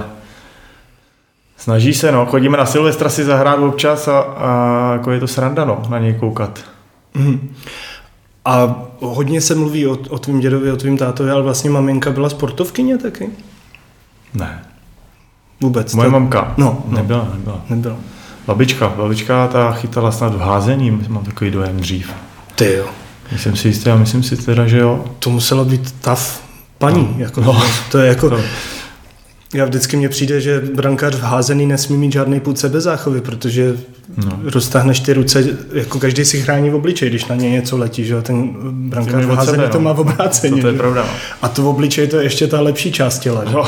snaží se, no, chodíme na Silvestra si zahrát občas a, a jako je to sranda, no, na něj koukat. Mm.
A hodně se mluví o, o tvým dědovi, o tvým tátovi, ale vlastně maminka byla sportovkyně taky?
Ne.
Vůbec?
Moje
to...
mamka?
No, no.
Nebyla, nebyla.
Nebyla.
Babička, babička ta chytala snad v házení, mám takový dojem dřív.
Ty jo.
Myslím si jistě, a myslím si teda, že jo.
To musela být tough paní, no. Jako, no. To je jako... To. Já vždycky mně přijde, že brankář v házený nesmí mít žádný pud sebezáchovy, protože no. roztáhneš ty ruce, jako každý si chrání v obličej, když na něj něco letí, že ten brankář v házený sebe, to no. má v obráceně.
To, to je pravda. No.
A to v obličej to je ještě ta lepší část těla.
No.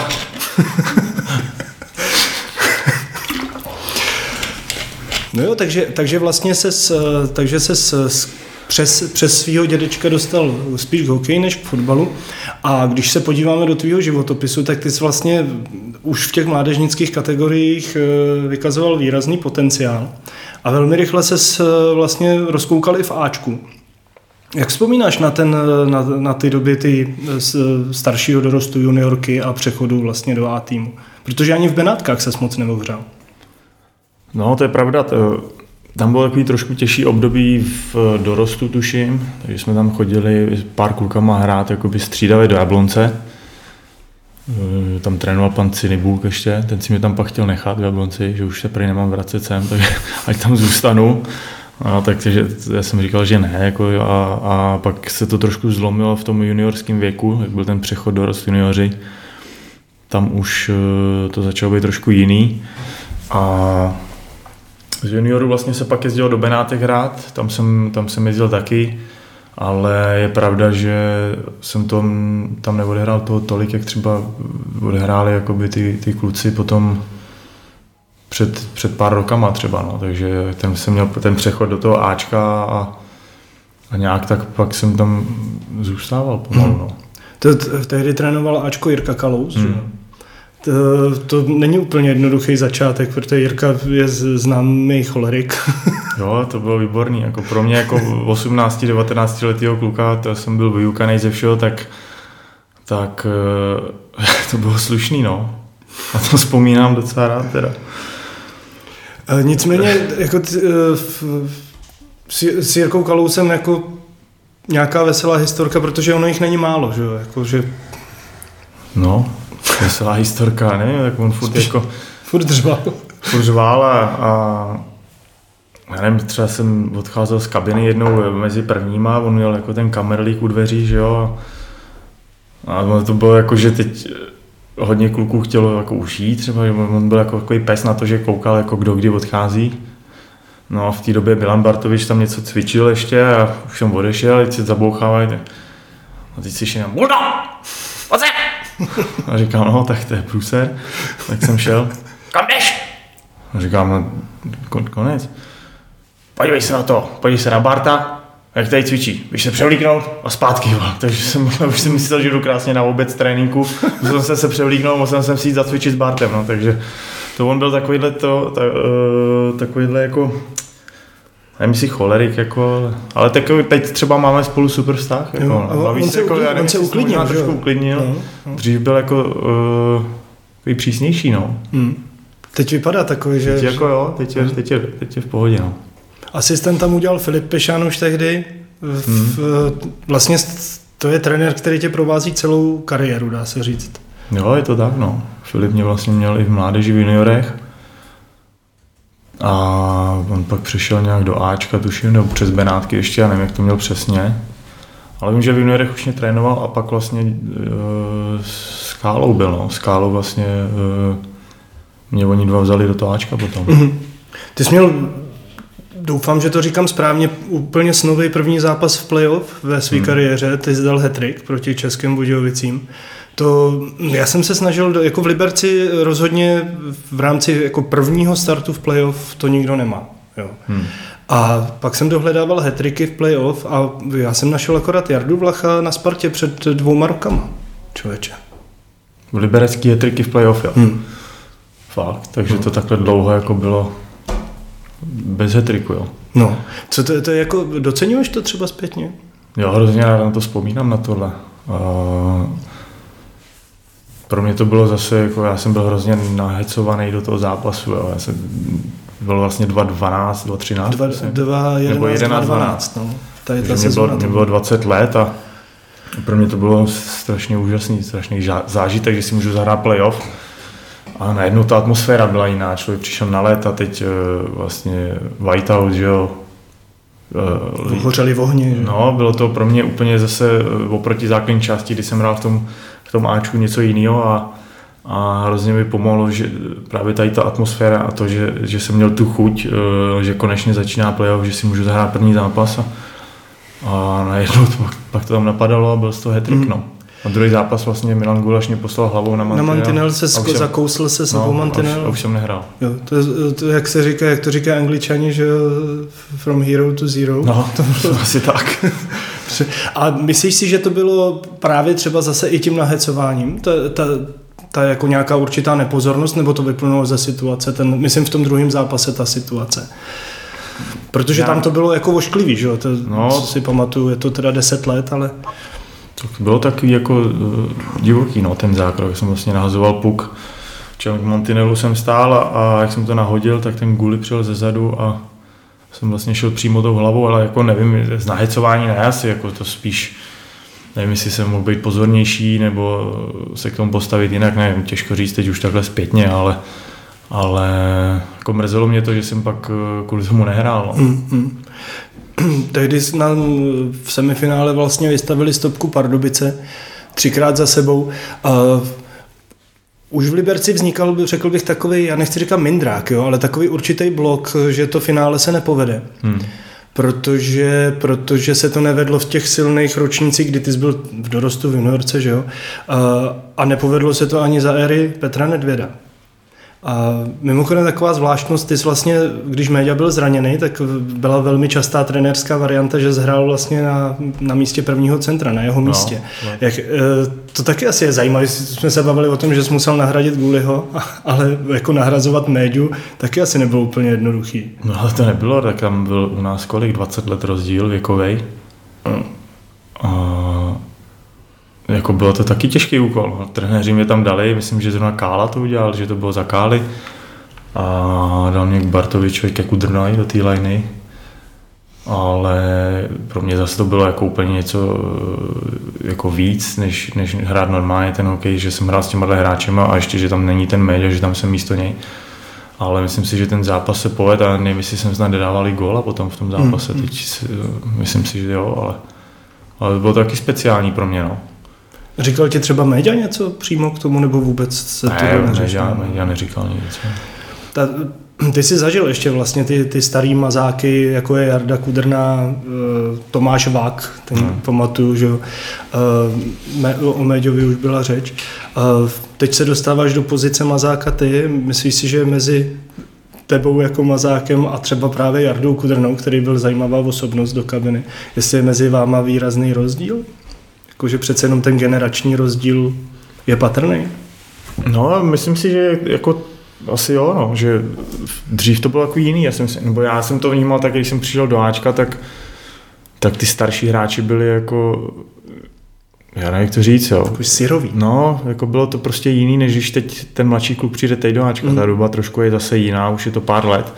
No jo, takže, takže vlastně ses, takže ses přes, přes svýho dědečka dostal spíš k hokeji než k fotbalu. A když se podíváme do tvýho životopisu, tak ty jsi vlastně už v těch mládežnických kategoriích vykazoval výrazný potenciál. A velmi rychle ses vlastně rozkoukal i v Ačku. Jak vzpomínáš na, ten, na, na ty doby ty staršího dorostu juniorky a přechodu vlastně do A týmu? Protože ani v Benátkách ses moc neohřál.
No, to je pravda. To, tam bylo takový trošku těžší období v dorostu, tuším, takže jsme tam chodili pár klukama hrát jakoby střídavě do Jablonce. Tam trénoval pan Cinibulk ještě, ten si mě tam pak chtěl nechat v Jablonci, že už se prý nemám vracet sem, takže ať tam zůstanu. No, takže já jsem říkal, že ne, jako a, a pak se to trošku zlomilo v tom juniorském věku, jak byl ten přechod dorost junioři. Tam už to začalo být trošku jiný. A z juniorů vlastně se pak jezdilo do Benátek hrát, tam jsem, tam jsem jezdil taky, ale je pravda, že jsem to, tam neodehrál toho tolik, jak třeba odehráli jakoby ty, ty kluci potom před, před pár rokama třeba, no. Takže ten jsem měl ten přechod do toho Ačka a, a nějak tak pak jsem tam zůstával pomalu, no.
To, tehdy trénoval Ačko Jirka Kalous, hmm. že? To, to není úplně jednoduchý začátek, protože Jirka je známý cholerik.
Jo, to bylo výborný. Jako pro mě jako osmnáct devatenáct letýho kluka, to jsem byl vyukanej ze všeho, tak, tak to bylo slušný, no. A to vzpomínám docela rád teda.
Nicméně jako t, f, s, s Jirkou Kalousem jako nějaká veselá historka, protože ono jich není málo, že jo, jako, že...
No, veselá historka, nevím, tak on furt jako...
Furt dřval.
Furt dřval a, a já nevím, třeba jsem odcházel z kabiny jednou mezi prvníma, on měl jako ten kamerlík u dveří, že jo, a to bylo jako, že teď hodně kluků chtělo jako užít, třeba, že on byl jako takový pes na to, že koukal jako kdo kdy odchází. No a v té době Milan Bartovič tam něco cvičil ještě a už jsem odešel, teď se zabouchávají. A teď si šel, Buldo, pojď se! A říkám, no tak to je průser. Tak jsem šel. Kam jdeš? A říkám, no konec. Podívej se na to, podívej se na Barta, jak tady cvičí. Víš se převlíknout a zpátky. Takže jsem, už jsem myslel, že jdu krásně na oběd z tréninku. Musel jsem se převlíknout, musel jsem si jít zacvičit s Bartem. No, takže to on byl takovýhle, to, ta, uh, takovýhle jako, nevím si cholerik, jako, ale takový, teď třeba máme spolu super vztah. Jako,
jo,
no,
on, se,
jako,
uklidnil,
nevím,
on se uklidnil,
trošku uklidnil. No, no. Dřív byl jako uh, takový přísnější, no. Hmm.
Teď vypadá takový, že...
Teď jako jo, teď je, teď je, teď je v pohodě, no.
Asistent tam udělal Filip Pešán už tehdy. V, hmm. Vlastně to je trenér, který tě provází celou kariéru, dá se říct.
Jo, je to tak, no. Filip mě vlastně měl i v mládeži v juniorech. A on pak přišel nějak do Ačka, tuším, nebo přes Benátky ještě, já nevím, jak to měl přesně. Ale vím, že v juniorech už mě trénoval a pak vlastně e, s Kálou byl, no. S Kálou vlastně e, mě oni dva vzali do toho Ačka potom. Mm-hmm.
Ty jsi měl, doufám, že to říkám správně, úplně snový první zápas v playoff ve své hmm. kariéře, ty jsi dal hat-trick proti Českým Budějovicím. To, já jsem se snažil, jako v Liberci rozhodně v rámci jako prvního startu v playoff to nikdo nemá. Jo. Hmm. A pak jsem dohledával hat-tricky v playoff a já jsem našel akorát Jardu Vlacha na Spartě před dvouma rokama. Člověče.
V liberecký hat-tricky v playoff, jo. Hmm. Fakt, takže hmm. to takhle dlouho jako bylo bez hat-tricku, jo.
No, co to, to je jako, doceňuješ to třeba zpětně?
Jo, hrozně rád na to vzpomínám, na tohle. Uh, pro mě to bylo zase, jako já jsem byl hrozně nahecovaný do toho zápasu, jo. Já jsem byl vlastně dva dvanáct, dva třináct.
dva jedenáct, dva dvanáct, no. Tady ta
mě, bylo, mě bylo dvacet let a pro mě to bylo strašně úžasný, strašný zážitek, že si můžu zahrát playoff. A najednou ta atmosféra byla jiná, člověk přišel na let a teď uh, vlastně whiteout, že jo.
Uh, Hořeli v ohni, že?
No, bylo to pro mě úplně zase oproti základní části, kdy jsem hrál v tom, v tom Ačku něco jiného a, a hrozně mi pomohlo, že právě tady ta atmosféra a to, že, že jsem měl tu chuť, uh, že konečně začíná playoff, že si můžu zahrát první zápas a, a najednou to, pak to tam napadalo a byl z toho hat-trick, mm. no. A druhý zápas vlastně Milan Gulaš mě poslal hlavou na mantinel.
Na mantinel se sko-
jsem,
zakousl se sebou
no,
mantinel.
A už, už jsem nehrál.
Jo, to, je, to, jak se říká, jak to říká Angličani, že from hero to zero.
No, to bylo asi tak.
A myslíš si, že to bylo právě třeba zase i tím nahecováním? Ta, ta, ta jako nějaká určitá nepozornost, nebo to vyplynulo ze situace? Ten, myslím v tom druhém zápase ta situace. Protože Já... tam to bylo jako ošklivý, že jo? To, no, co si pamatuju, je to teda deset let, ale...
To bylo takový jako uh, divoký, no, ten zákrok. Jsem vlastně nahazoval puk, čelem k mantinelu jsem stál a, a jak jsem to nahodil, tak ten guli přijel ze zadu a jsem vlastně šel přímo tou hlavou, ale jako nevím, z nahecování ne, asi jako to spíš, nevím, jestli jsem mohl být pozornější nebo se k tomu postavit jinak, nevím, těžko říct teď už takhle zpětně, ale, ale jako mrzelo mě to, že jsem pak kvůli tomu nehrál. No.
Mm-hmm. Tehdy nám v semifinále vlastně vystavili stopku Pardubice třikrát za sebou. Uh, už v Liberci vznikal, řekl bych, takový, já nechci říkat mindrák, jo, ale takový určitý blok, že to finále se nepovede. Hmm. Protože, protože se to nevedlo v těch silných ročnících, kdy ty jsi byl v dorostu v juniorce, že jo? Uh, a nepovedlo se to ani za éry Petra Nedvěda. A mimochodem taková zvláštnost, ty jsi vlastně, když Méďa byl zraněný, tak byla velmi častá trenérská varianta, že zhrál vlastně na, na místě prvního centra, na jeho místě. No, no. Jak, to taky asi je zajímavé, jsme se bavili o tom, že jsi musel nahradit Guliho, ale jako nahrazovat Méďu taky asi nebylo úplně jednoduchý.
No ale to nebylo, tak tam byl u nás kolik, dvacet let rozdíl věkovej. Hmm. A jako bylo to taky těžký úkol. Trenéři mě tam dali, myslím, že zrovna Kála to udělal, že to bylo za Kály. A dal mě k Bartovičovi ke Kudrnovi do té liney. Ale pro mě zase to bylo jako úplně něco jako víc, než, než hrát normálně ten hokej, že jsem hrál s těma hráčema a ještě, že tam není ten Méďa, že tam jsem místo něj. Ale myslím si, že ten zápas se povedl a nevím, jestli jsem snad nedávali góla potom v tom zápase. Mm. Teď si, myslím si, že jo, ale, ale to bylo to taky speciální pro mě. No.
Říkal ti třeba Méďa něco přímo k tomu, nebo vůbec se
ne,
to neřešil?
Ne, Méďa neříkal nic.
Ta, ty jsi zažil ještě vlastně ty, ty starý mazáky, jako je Jarda Kudrna, Tomáš Vák, ten hmm. pamatuju, že o Méďovi už byla řeč. Teď se dostáváš do pozice mazáka ty, myslíš si, že mezi tebou jako mazákem a třeba právě Jardou Kudrnou, který byl zajímavá osobnost do kabiny, jestli je mezi váma výrazný rozdíl? Jakože přece jenom ten generační rozdíl je patrný?
No, myslím si, že jako asi jo, no, že dřív to bylo jako jiný, já jsem, nebo já jsem to vnímal tak, když jsem přišel do Ačka, tak, tak ty starší hráči byli jako, já nevím, jak to říct, jo.
Takový syrový.
No, jako bylo to prostě jiný, než když teď ten mladší kluk přijde teď do Ačka, mm. ta doba trošku je zase jiná, už je to pár let.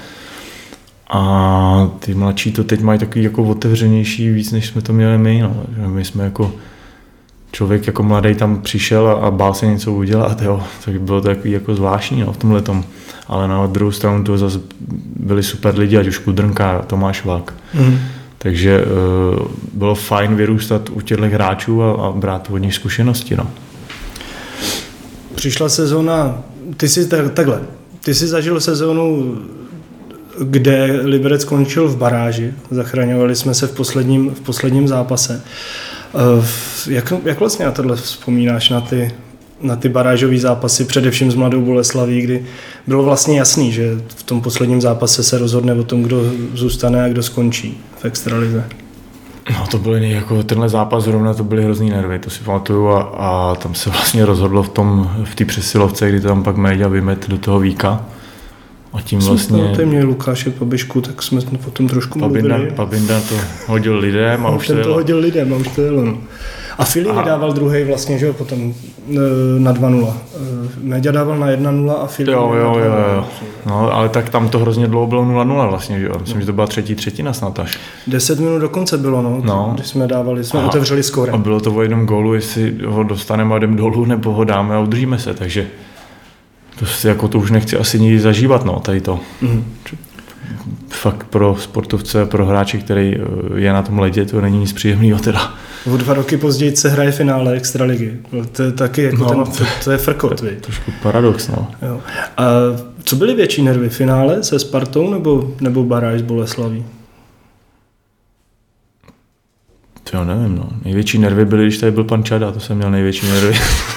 A ty mladší to teď mají takový jako otevřenější víc, než jsme to měli my, no. My jsme jako člověk jako mladý tam přišel a, a bál se něco udělat, jo. Tak bylo to takový jako zvláštní, no, v tomhletom. Ale na druhou stranu to zase byli super lidi, ať už Kudrnka, Tomáš Vák. Mm. Takže uh, bylo fajn vyrůstat u těchto hráčů a, a brát od nich zkušenosti, no.
Přišla sezóna, ty jsi tak, takhle, ty jsi zažil sezónu, kde Liberec skončil v baráži, zachraňovali jsme se v posledním, v posledním zápase. Jak, jak vlastně na tohle vzpomínáš, na ty, na ty barážové zápasy, především s Mladou Boleslaví, kdy bylo vlastně jasný, že v tom posledním zápase se rozhodne o tom, kdo zůstane a kdo skončí v extralize?
No to byly jako tenhle zápas zrovna, to byly hrozný nervy, to si pamatuju a, a tam se vlastně rozhodlo v tom, v té přesilovce, kdy to tam pak Méďa vymet do toho Víka. A tím vlastně...
Jsme měli Lukáše Pabišku, tak jsme potom trošku
Pabinda,
mluvili.
Pabinda to hodil lidem a už to jelo.
to hodil lidem a už to jelo. No. A Filip dával druhý vlastně, že jo, potom na dva nula. Méďa dával na jedna nula a Filip
jo, jo,
na dva nula.
Jo, jo. No, ale tak tam to hrozně dlouho bylo nula nula vlastně, že jo. Myslím, no. že to byla třetí třetina snad až.
Deset minut do konce bylo, no, no. Když jsme dávali, jsme a, otevřeli skóre.
A bylo to o jednom gólu, jestli ho dostaneme a jdem dolů, nebo ho dáme a udržíme se, takže to, si, jako to už nechci asi nikdy zažívat, no, tady to. Mm. Fakt pro sportovce, pro hráče, který je na tom ledě, to není nic příjemného teda.
O dva roky později se hraje finále extraligy. To je taky jako
no,
ten, to, to je frkot, vy.
Trošku paradox, no.
Jo. A co byly větší nervy? Finále se Spartou nebo, nebo baráž s Boleslaví?
To já nevím, no. Největší nervy byly, když tady byl pan Čada, to jsem měl největší nervy.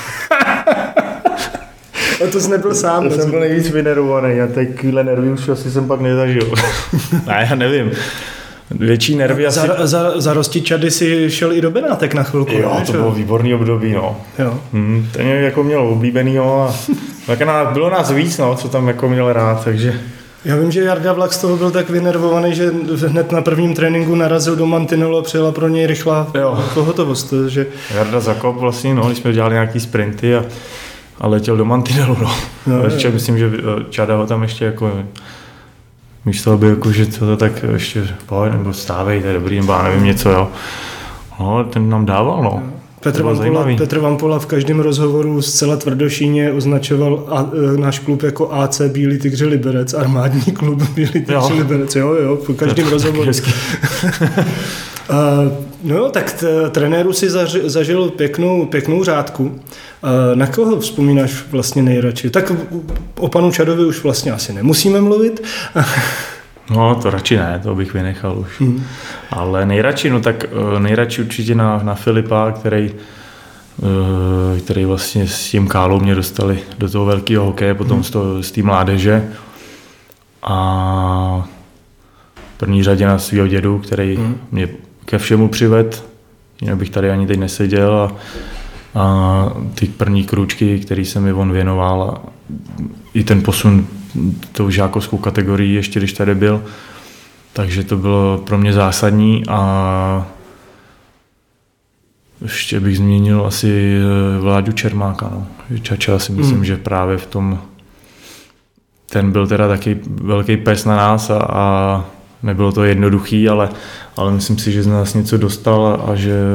A to jsi nebyl sám.
To jsem byl nejvíc vynervovaný a takovýhle nervy už asi jsem pak nezažil. Ne, já nevím. Větší nervy asi...
Za, za, za rosti Čady si šel i do Benátek na chvilku.
Jo,
ne?
to bylo výborný období, no.
Jo.
Hmm, ten jako měl oblíbenýho a tak nás, bylo nás víc, no, co tam jako měl rád, takže...
Já vím, že Jarda Vlach z toho byl tak vynervovaný, že hned na prvním tréninku narazil do mantinelu a přijela pro něj rychlá pohotovost. Že...
Jarda zakop vlastně, no, když jsme dělali nějaký sprinty a, a letěl do mantinelu, no. no ještě, myslím, že Čada ho tam ještě jako... Místo, aby jako, že to tak ještě pojď, nebo stávej, to je dobrý, nebo já nevím něco, jo. No, ten nám dával, no.
Petr Vampola, Petr Vampola v každém rozhovoru zcela tvrdošíně označoval a, e, náš klub jako A C Bílý Tygři Liberec, armádní klub Bílý Tygři jo. Liberec, jo, jo, v každém rozhovoru. A, no tak t, trenéru si zaži, zažil pěknou, pěknou řádku. A na koho vzpomínáš vlastně nejradši? Tak o panu Čadovi už vlastně asi nemusíme mluvit.
No, to radši ne, to bych vynechal už. Hmm. Ale nejradši, no tak nejradši určitě na, na Filipa, který, který vlastně s tím Kálou mě dostali do toho velkého hokeje, potom hmm. z, toho, z té mládeže. A v první řadě na svého dědu, který hmm. mě ke všemu přived, jinak bych tady ani teď neseděl. A, a ty první krůčky, který se mi on věnoval a i ten posun tou žákovskou kategorii, ještě když tady byl, takže to bylo pro mě zásadní a ještě bych zmínil asi Vláďu Čermáka, no. Čača si myslím, mm. že právě v tom ten byl teda taky velký pes na nás a, a nebylo to jednoduchý, ale, ale myslím si, že z nás něco dostal a, a že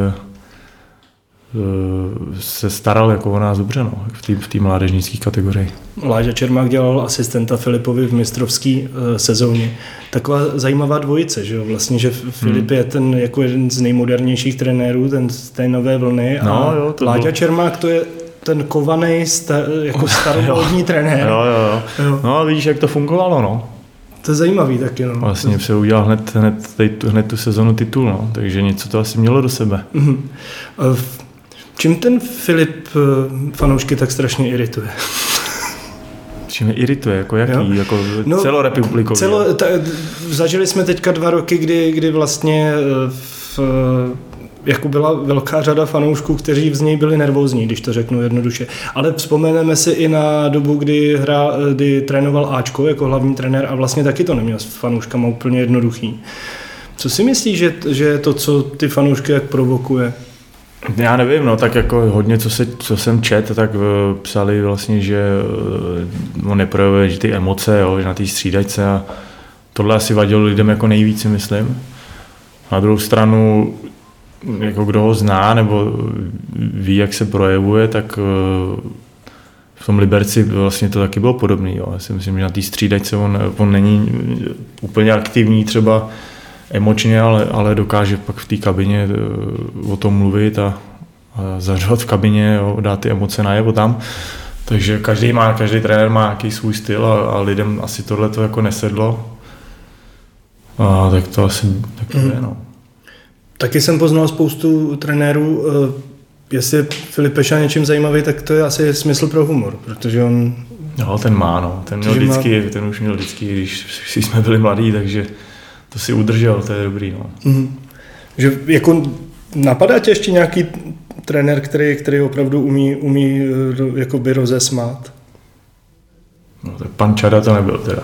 se staral jako o nás dobře, no, v té mládežnické kategorii.
Láďa Čermák dělal asistenta Filipovi v mistrovské uh, sezóně. Taková zajímavá dvojice, že jo? Vlastně, že Filip hmm. je ten jako jeden z nejmodernějších trenérů, ten z té nové vlny
no,
a
jo,
Láďa
byl...
Čermák to je ten kovaný sta, jako staromódní trenér.
Jo, jo, jo. jo. No a vidíš, jak to fungovalo, no.
To je zajímavý taky, no.
Vlastně se udělal hned, hned, hned, hned tu sezonu titul, no. Takže něco to asi mělo do sebe.
Mm-hmm. Uh, Čím ten Filip fanoušky tak strašně irituje?
Čím je irituje? Jako jaký? Jako no, celorepublikový?
Celo, ta, zažili jsme teďka dva roky, kdy, kdy vlastně v, jako byla velká řada fanoušků, kteří z něj byli nervózní, když to řeknu jednoduše. Ale vzpomeneme si i na dobu, kdy, hra, kdy trénoval Ačko jako hlavní trenér a vlastně taky to neměl s fanouškama úplně jednoduchý. Co si myslíš, že, že je to, co ty fanoušky jak provokuje?
Já nevím, no tak jako hodně, co, se, co jsem čet, tak uh, psali vlastně, že uh, on neprojevuje že ty emoce, jo, že na té střídačce a tohle asi vadilo lidem jako nejvíc, myslím. Na druhou stranu, jako kdo ho zná nebo ví, jak se projevuje, tak uh, v tom Liberci vlastně to taky bylo podobný. Jo. Já si myslím, že na té střídačce on, on není úplně aktivní třeba emočně, ale, ale dokáže pak v té kabině o tom mluvit a, a zařvat v kabině, jo, dát ty emoce najevo tam. Takže každý má, každý trenér má nějaký svůj styl a, a lidem asi tohle to jako nesedlo. A tak to asi tak to mm. je, no.
Taky jsem poznal spoustu trenérů. Jestli Filip Peša něčím zajímavý, tak to je asi smysl pro humor, protože on...
No, ten má, no. Ten, měl vždycky, má... ten už měl vždycky, když jsme byli mladí, takže to si udržel, to je dobrý, no. Mm.
Že jako napadá tě ještě nějaký trenér, který, který opravdu umí, umí jakoby rozesmát?
No tak pan Čada to nebyl teda.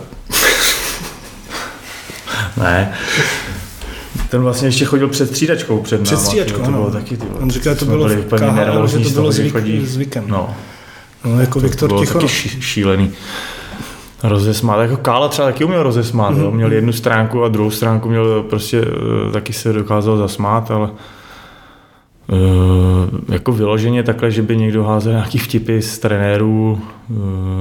Ne. Ten vlastně ještě chodil před střídačkou před náma.
Před střídačkou,
to bylo taky, ty.
On říká, to bylo v K H L, že to bylo zvyk, zvykem.
No.
No, jako
to,
Viktor
to bylo
Tichonov.
taky šílený. Rozesmát, jako Kála třeba taky uměl rozesmát, mm-hmm. měl jednu stránku a druhou stránku měl prostě, taky se dokázal zasmát, ale uh, jako vyloženě takhle, že by někdo házel nějaký vtipy z trenérů, uh,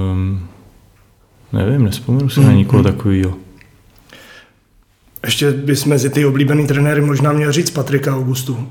nevím, nespomenu si mm-hmm. na nikoho takovýho.
Ještě bys mezi ty oblíbený trenéry možná měl říct Patrika Augustu.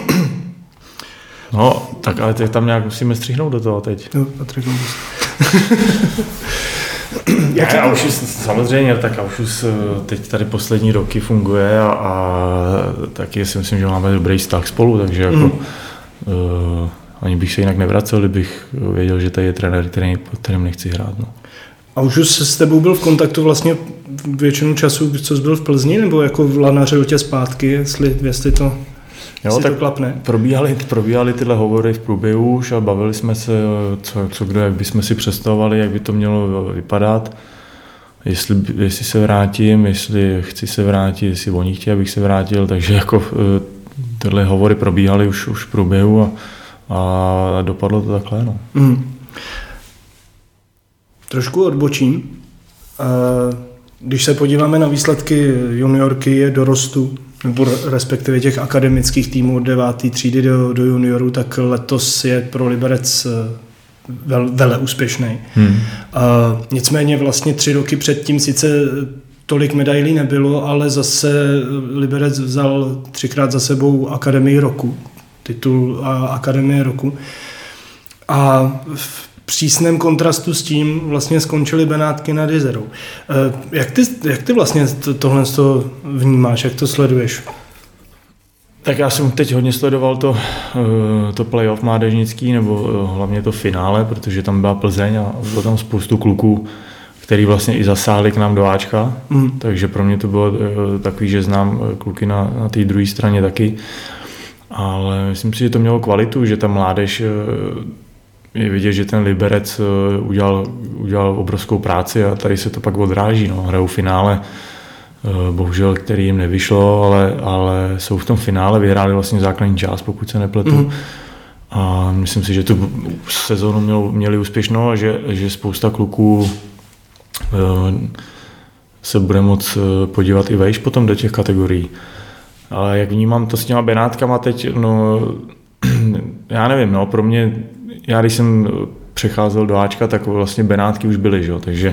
No, tak ale teď tam nějak musíme střihnout do toho teď.
No, Patrik August.
Jak já, Aušus, samozřejmě, tak Aušus teď tady poslední roky funguje a, a taky si myslím, že máme dobrý vztah spolu, takže jako mm. uh, ani bych se jinak nevracel, kdybych věděl, že tady je trenér, který, kterým nechci hrát. No.
Aušus s tebou byl v kontaktu vlastně většinu času, co jsi byl v Plzni, nebo jako lanařil tě zpátky, jestli, jestli to...
Jo, tak klapne. Probíhaly, probíhaly tyhle hovory v průběhu už a bavili jsme se, co, co kdo, jak bychom si představovali, jak by to mělo vypadat. Jestli, jestli se vrátím, jestli chci se vrátit, jestli oni chtějí, abych se vrátil, takže jako tyhle hovory probíhaly už, už v průběhu a, a dopadlo to takhle. No. Mm.
Trošku odbočím. Když se podíváme na výsledky juniorky dorostu, nebo respektive těch akademických týmů od deváté třídy do, do juniorů, tak letos je pro Liberec vel, vele úspěšný. Hmm. A nicméně vlastně tři roky předtím sice tolik medailí nebylo, ale zase Liberec vzal třikrát za sebou Akademii roku, titul Akademie roku. A v přísném kontrastu s tím vlastně skončily Benátky nad Jizerou. Jak ty, jak ty vlastně tohle vnímáš, jak to sleduješ?
Tak já jsem teď hodně sledoval to, to playoff mládežnický, nebo hlavně to finále, protože tam byla Plzeň a bylo tam spoustu kluků, který vlastně i zasáhli k nám do Ačka, mm. takže pro mě to bylo takový, že znám kluky na, na té druhé straně taky, ale myslím si, že to mělo kvalitu, že ta mládež je vidět, že ten Liberec udělal, udělal obrovskou práci a tady se to pak odráží. No. Hrajou finále, bohužel, který jim nevyšlo, ale, ale jsou v tom finále, vyhráli vlastně základní část, pokud se nepletu. Mm. A myslím si, že tu sezónu měl, měli úspěšnou a že, že spousta kluků se bude moct podívat i vejš potom do těch kategorií. Ale jak vnímám to s těma Benátkama teď, no já nevím, no pro mě já když jsem přecházel do Ačka, tak vlastně Benátky už byly, že? Takže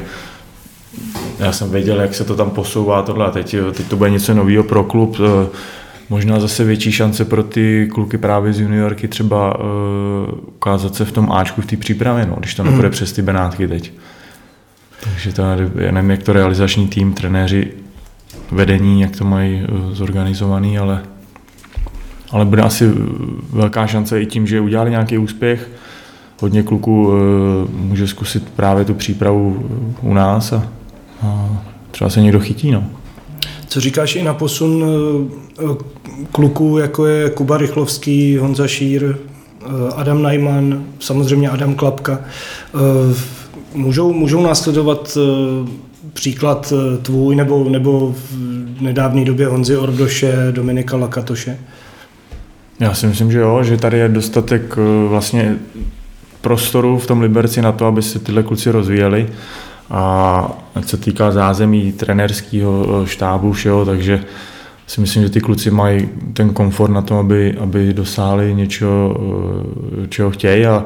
já jsem věděl, jak se to tam posouvá tohle a teď, teď to bude něco nového pro klub, možná zase větší šance pro ty kluky právě z juniorky třeba uh, ukázat se v tom Ačku v té přípravě, no, když to nepůjde mm. přes ty Benátky teď. Takže to, já nevím, jak to realizační tým, trenéři, vedení, jak to mají uh, zorganizovaný, ale, ale bude asi velká šance i tím, že udělali nějaký úspěch. Hodně kluků uh, může zkusit právě tu přípravu u nás a, a třeba se někdo chytí. No.
Co říkáš i na posun uh, kluků, jako je Kuba Rychlovský, Honza Šír, uh, Adam Najman, samozřejmě Adam Klapka. Uh, můžou, můžou následovat uh, příklad uh, tvůj nebo, nebo v nedávné době Honzy Ordoše, Dominika Lakatoše?
Já si myslím, že jo, že tady je dostatek uh, vlastně prostoru v tom Liberci na to, aby se tyhle kluci rozvíjeli a co se týká zázemí trenérského štábu všeho, takže si myslím, že ty kluci mají ten komfort na to, aby, aby dosáhli něčeho, čeho chtějí a,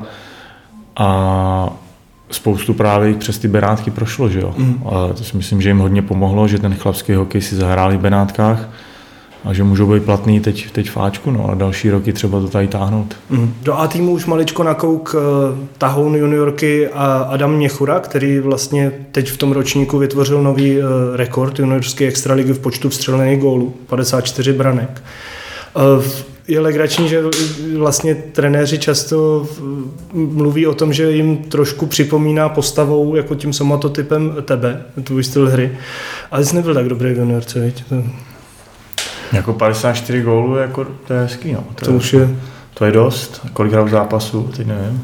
a spoustu právě jich přes ty Benátky prošlo, že jo. Mm. A to si myslím, že jim hodně pomohlo, že ten chlapský hokej si zahráli v Benátkách a že můžou být platný teď, teď v Ačku, no a další roky třeba to tady táhnout. Mm.
Do A týmu už maličko nakouk uh, tahoun juniorky a Adam Měchura, který vlastně teď v tom ročníku vytvořil nový uh, rekord juniorské extraligy v počtu vstřelených gólů, padesát čtyři branek. Uh, je legrační, že vlastně trenéři často mluví o tom, že jim trošku připomíná postavou jako tím somatotypem tebe, tvůj styl hry. Ale jsi nebyl tak dobrý v juniorce, viď? To...
Jako padesát čtyři gólů, jako to je hezký, no. To,
to už je...
To je dost. Kolik hrál zápasů, teď nevím.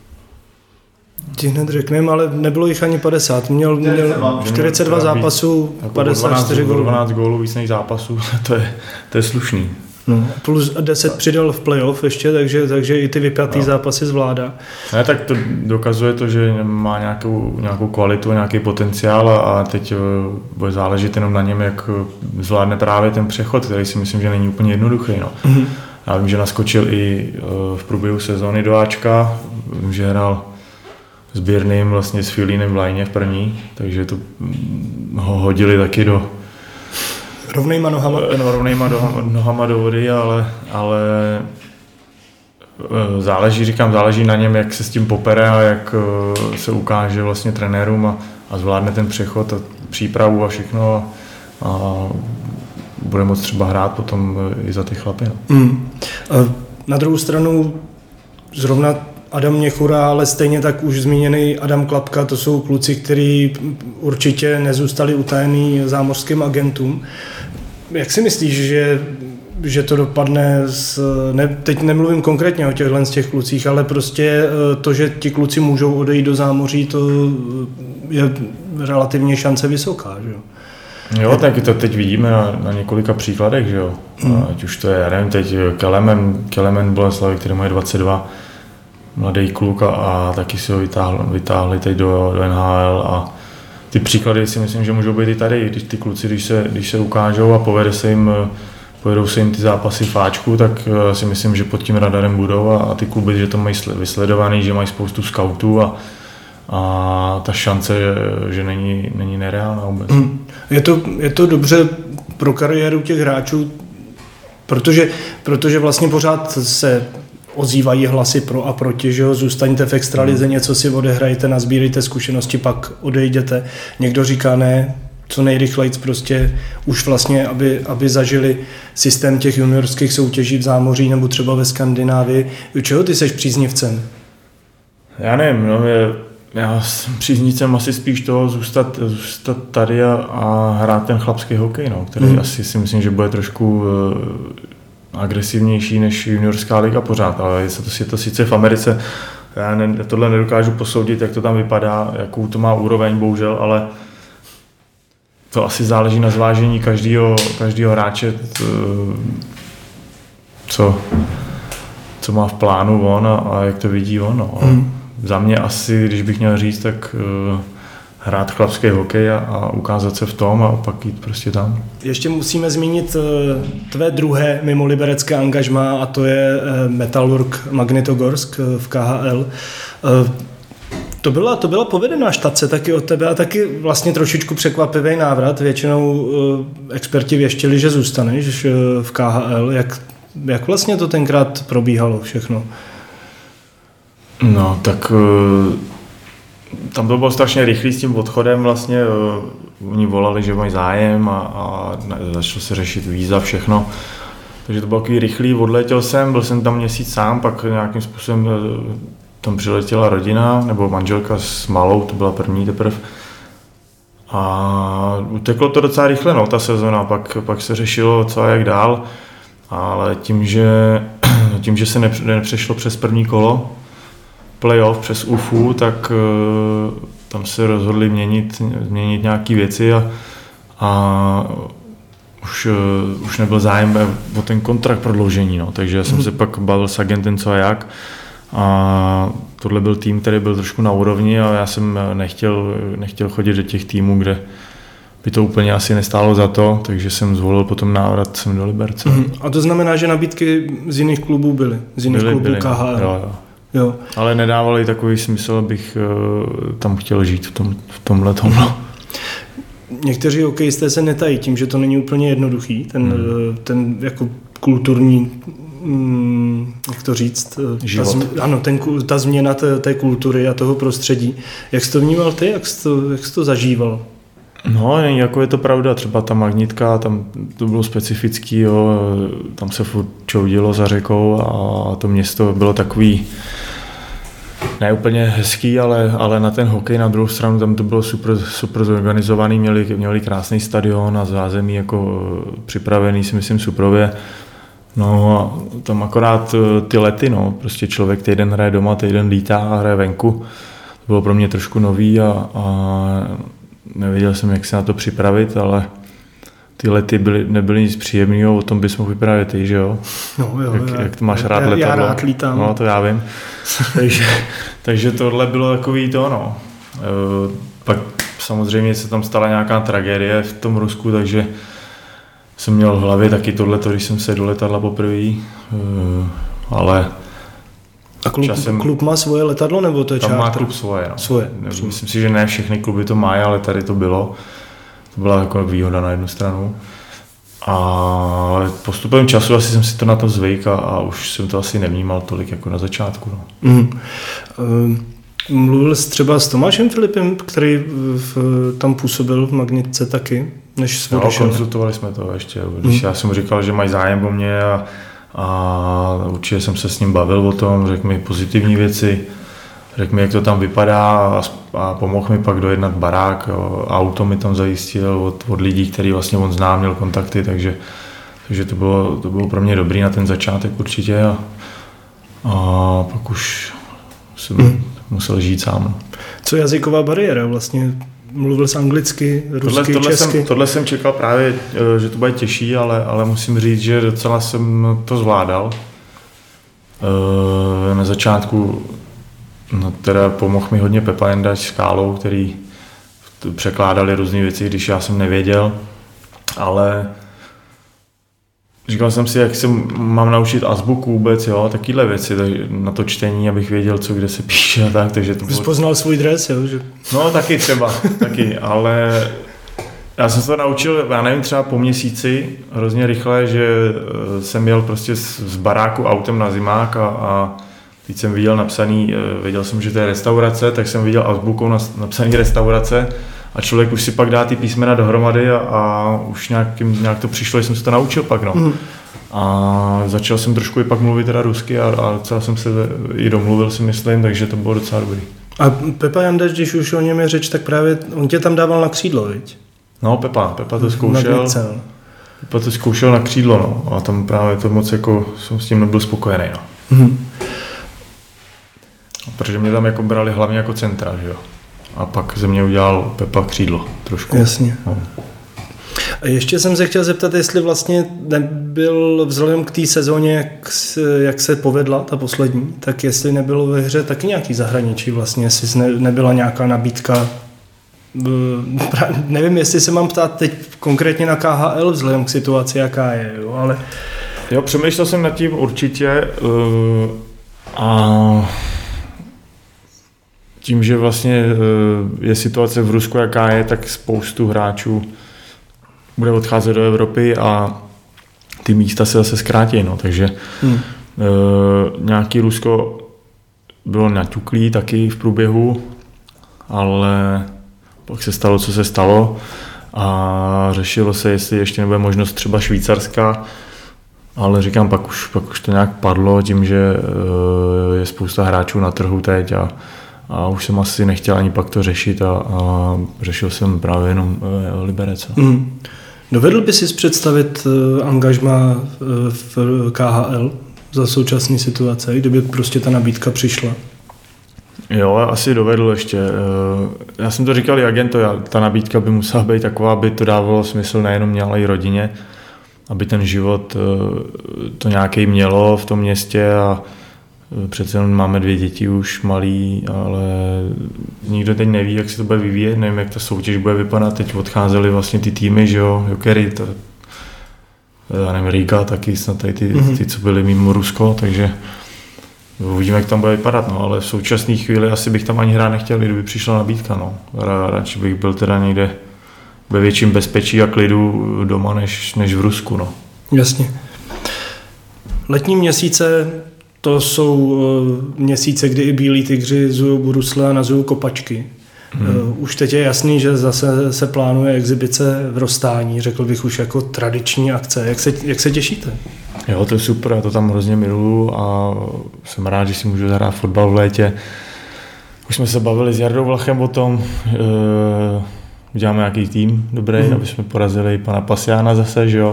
Ti hned řekneme, ale nebylo jich ani padesát. Měl, měl čtyřicet dva zápasů, jako padesát čtyři gólů.
dvanáct gólů víc než zápasů, to je, to je slušný.
No, plus deset přidal v playoff ještě, takže, takže i ty vypjatý no. zápasy zvládá.
Ne, tak to dokazuje to, že má nějakou, nějakou kvalitu, nějaký potenciál a, a teď bude záležet jenom na něm, jak zvládne právě ten přechod, který si myslím, že není úplně jednoduchý. No. Mm-hmm. Já vím, že naskočil i v průběhu sezóny do Ačka, vím, že hrál s Birným, vlastně s Filínem v lajně v první, takže to ho hodili taky do
rovnejma nohama.
No, rovnejma nohama, nohama do vody, ale, ale Záleží, říkám, záleží na něm, jak se s tím popere a jak se ukáže vlastně trenérům a, a zvládne ten přechod a přípravu a všechno a, a bude moct třeba hrát potom i za ty chlapy. No.
Mm. Na druhou stranu zrovna Adam Měchura, ale stejně tak už zmíněný Adam Klapka, to jsou kluci, kteří určitě nezůstali utajený zámořským agentům. Jak si myslíš, že, že to dopadne, s, ne, teď nemluvím konkrétně o těchhle z těch klucích, ale prostě to, že ti kluci můžou odejít do zámoří, to je relativně šance vysoká, že jo?
Jo, tak to teď vidíme na, na několika příkladech, že jo. Hmm. Ať už to je, já nevím, teď Kelemen, Kelemen Boleslavi, který má dvacet dva, mladý kluk a, a taky si ho vytáhli, vytáhli teď do, do N H L a ty příklady si myslím, že můžou být i tady, když ty kluci, když se, když se ukážou a povede se jim, povedou se jim ty zápasy v Ačku, tak si myslím, že pod tím radarem budou a, a ty kluby, že to mají vysledovaný, že mají spoustu scoutů a, a ta šance, že, že není, není nereálná vůbec. Hmm.
Je to, je to dobře pro kariéru těch hráčů, protože, protože vlastně pořád se ozývají hlasy pro a proti, že jo, zůstaňte v extralize, hmm. něco si odehrajte, nazbírejte zkušenosti, pak odejděte. Někdo říká ne, co nejrychlejc prostě už vlastně, aby, aby zažili systém těch juniorských soutěží v zámoří nebo třeba ve Skandinávii. Čeho ty seš příznivcem?
Já nevím, no, je, já jsem příznivcem asi spíš toho zůstat, zůstat tady a, a hrát ten chlapský hokej, no, který hmm. asi si myslím, že bude trošku agresivnější než juniorská liga pořád, ale je to, je to sice v Americe, já ne, tohle nedokážu posoudit, jak to tam vypadá, jakou to má úroveň, bohužel, ale to asi záleží na zvážení každého, každého hráče, to, co, co má v plánu on a, a jak to vidí on. No. Hmm. Za mě asi, když bych měl říct, tak uh, hrát chlapský hokej a, a ukázat se v tom a pak jít prostě tam.
Ještě musíme zmínit uh, tvé druhé mimo liberecké angažmá a to je uh, Metalurg Magnitogorsk uh, v K H L. Uh, to, byla, to byla povedená štace taky od tebe a taky vlastně trošičku překvapivý návrat. Většinou uh, experti věštili, že zůstaneš uh, v K H L. Jak, jak vlastně to tenkrát probíhalo všechno?
No, tak uh, tam to bylo strašně rychlý s tím odchodem vlastně. Uh, oni volali, že mají zájem a, a začalo se řešit víza, všechno. Takže to bylo takový rychlý, odletěl jsem, byl jsem tam měsíc sám, pak nějakým způsobem uh, tam přiletěla rodina, nebo manželka s malou, to byla první teprve. A uteklo to docela rychle, no, ta sezona, pak, pak se řešilo, co a jak dál. Ale tím, že, tím, že se nepřešlo přes první kolo, playoff přes U F U, tak uh, tam se rozhodli měnit, změnit nějaké věci a, a už, uh, už nebyl zájem o ten kontrakt prodloužení, no. Takže já jsem se pak bavil s agentem co a jak a tohle byl tým, který byl trošku na úrovni a já jsem nechtěl, nechtěl chodit do těch týmů, kde by to úplně asi nestálo za to, takže jsem zvolil potom návrat sem do Liberce.
Mm. A to znamená, že nabídky z jiných klubů byly? Z jiných
byly,
klubů
byly,
K H L?
Jo, jo.
Jo.
Ale nedávali takový smysl, abych uh, tam chtěl žít v, tom, v tomhle tomhle.
Někteří hokejisté se netají tím, že to není úplně jednoduchý, ten, hmm. ten jako kulturní, mm, jak to říct,
život.
Ta, ano, ten, ta změna té, té kultury a toho prostředí. Jak jsi to vnímal ty, jak jsi to, jak jsi to zažíval?
No, jako je to pravda, třeba ta Magnitka, tam to bylo specifický, jo, tam se furt čoudilo za řekou a to město bylo takový ne úplně hezký, ale, ale na ten hokej na druhou stranu tam to bylo super, super zorganizovaný, měli, měli krásný stadion a zázemí jako připravený, si myslím, suprově. No a tam akorát ty lety, no, prostě člověk týden hraje doma, týden lítá a hraje venku. To bylo pro mě trošku nový a, a nevěděl jsem, jak se na to připravit, ale ty lety byly, nebyly nic příjemného, o tom bys mohl vyprávět ty, že jo?
No, jo
jak,
já,
jak to máš rád
já,
letadlo.
Já rád lítám.
No, to já vím. takže, takže tohle bylo takový to, no. E, pak samozřejmě se tam stala nějaká tragédie v tom Rusku, takže jsem měl v hlavě taky tohleto, když jsem se do letadla poprvé, e, ale
a klub, časem, klub má svoje letadlo, nebo to je
tam
čárter?
Má klub svoje, no.
Svoje.
Myslím si, že ne všechny kluby to mají, ale tady to bylo. To byla jako výhoda na jednu stranu. A postupem času asi jsem si to na to zvyk a, a už jsem to asi nevnímal tolik jako na začátku. No.
Mm. Mluvil jsi třeba s Tomášem Filipem, který v, tam působil v Magnitce taky, než jsme
no, konzultovali jsme to ještě, když mm. já jsem mu říkal, že mají zájem o mě a, a určitě jsem se s ním bavil o tom, řekl mi pozitivní věci, řekl mi, jak to tam vypadá a, a pomohl mi pak dojednat barák, jo, auto mi tam zajistil od, od lidí, který vlastně on zná, měl kontakty, takže, takže to, bylo, to bylo pro mě dobrý na ten začátek určitě a, a pak už jsem mm. musel žít sám.
Co jazyková bariéra vlastně? Mluvil jsi anglicky, rusky,
tohle, tohle
česky?
Jsem, tohle jsem čekal právě, že to bude těžší, ale, ale musím říct, že docela jsem to zvládal. Na začátku no, teda pomohl mi hodně Pepa Jandač s Kálou, který překládali různé věci, když já jsem nevěděl, ale říkal jsem si, jak se mám naučit azbuku vůbec, jo, takovéhle věci, na to čtení, abych věděl, co kde se píše a tak, takže to bylo...
Jsi poznal svůj dres, jo? Že...
No, taky třeba, taky, ale já jsem se to naučil, já nevím, třeba po měsíci, hrozně rychle, že jsem jel prostě z, z baráku autem na zimák a, a teď jsem viděl napsaný, věděl jsem, že to je restaurace, tak jsem viděl azbukou napsaný restaurace a člověk už si pak dá ty písmena dohromady a, a už nějak, nějak to přišlo, že jsem se to naučil pak, no. Mm. A začal jsem trošku i pak mluvit teda rusky a, a docela jsem se i domluvil, si myslím, takže to bylo docela dobrý.
A Pepa Jandač, když už o něm je řeč, tak právě on tě tam dával na křídlo, viď?
No, Pepa, Pepa to zkoušel.
Magnitce, no.
Pepa to zkoušel na křídlo, no. A tam právě to moc jako, jsem s tím nebyl spokojený, no. Mm. Protože mě tam jako brali hlavně jako centra, že jo. A pak ze mě udělal Pepa křídlo trošku.
Jasně.
No.
A ještě jsem se chtěl zeptat, jestli vlastně nebyl vzhledem k té sezóně, jak, jak se povedla ta poslední, tak jestli nebylo ve hře taky nějaký zahraničí vlastně, jestli ne, nebyla nějaká nabídka. Nevím, jestli se mám ptát teď konkrétně na K H L vzhledem k situaci, jaká je, jo, ale...
Jo, přemýšlel jsem nad tím určitě uh, a tím, že vlastně uh, je situace v Rusku, jaká je, tak spoustu hráčů bude odcházet do Evropy a ty místa se zase zkrátí, no, takže hmm. uh, nějaký Rusko bylo naťuklý taky v průběhu, ale pak se stalo, co se stalo a řešilo se, jestli ještě nebude možnost třeba Švýcarska, ale říkám, pak už, pak už to nějak padlo tím, že uh, je spousta hráčů na trhu teď a, a už jsem asi nechtěl ani pak to řešit a, a řešil jsem právě jenom uh, Liberec.
Hmm. Dovedl by si představit uh, angažma uh, v K H L za současné situace, kdyby prostě ta nabídka přišla?
Jo, asi dovedl ještě. Já jsem to říkal i agentu, ta nabídka by musela být taková, aby to dávalo smysl nejenom mě, ale i rodině, aby ten život to nějaký mělo v tom městě a přece jen máme dvě děti už malý, ale nikdo teď neví, jak se to bude vyvíjet, nevím, jak ta soutěž bude vypadat. Teď odcházely vlastně ty týmy, že jo, Jokery, to, já nevím, Riga, taky snad tady ty, mm-hmm. ty, co byly mimo Rusko, takže uvidíme, jak tam bude vypadat, no, ale v současné chvíli asi bych tam ani hrát nechtěl, kdyby přišla nabídka, no. Radši bych byl teda někde ve větším bezpečí a klidu doma, než, než v Rusku, no.
Jasně. Letní měsíce, to jsou uh, měsíce, kdy i bílí tygři zujou brusle a nazujou kopačky. Hmm. Uh, už teď je jasný, že zase se plánuje exibice v Rostání, řekl bych už jako tradiční akce. Jak se, jak se těšíte?
Jo, to je super, já to tam hrozně miluju a jsem rád, že si můžu zahrát fotbal v létě. Už jsme se bavili s Jardou Vlachem o tom, e, uděláme nějaký tým dobrý, mm. aby jsme porazili pana Pasiána zase, že jo.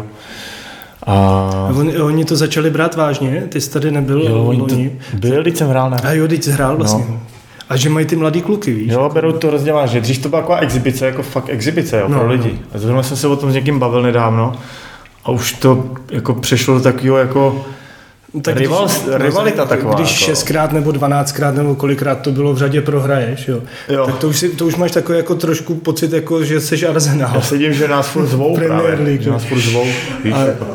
A
oni, oni to začali brát vážně, ty jsi tady nebyl
jo, oni
loni.
To byl, teď jsem hrál, ne?
A jo, teď jsi hrál vlastně. No. A že mají ty mladý kluky, víš?
Jo, berou to hrozně vážně. Dřív to byla taková exibice, jako fakt exibice, jo, no, pro lidi. No. A zrovna jsem se o tom s někým bavil nedávno. A už to jako přešlo do takového jako tak rival, když, rivalita no, taková. Když jako. šestkrát
nebo dvanáctkrát nebo kolikrát to bylo v řadě prohraješ, jo. jo. Tak to už, si, to už máš takový jako trošku pocit, jako, že seš Arsenal.
Já sedím, že nás furt zvou právě, League, že nás furt zvou. Víš, a, jako.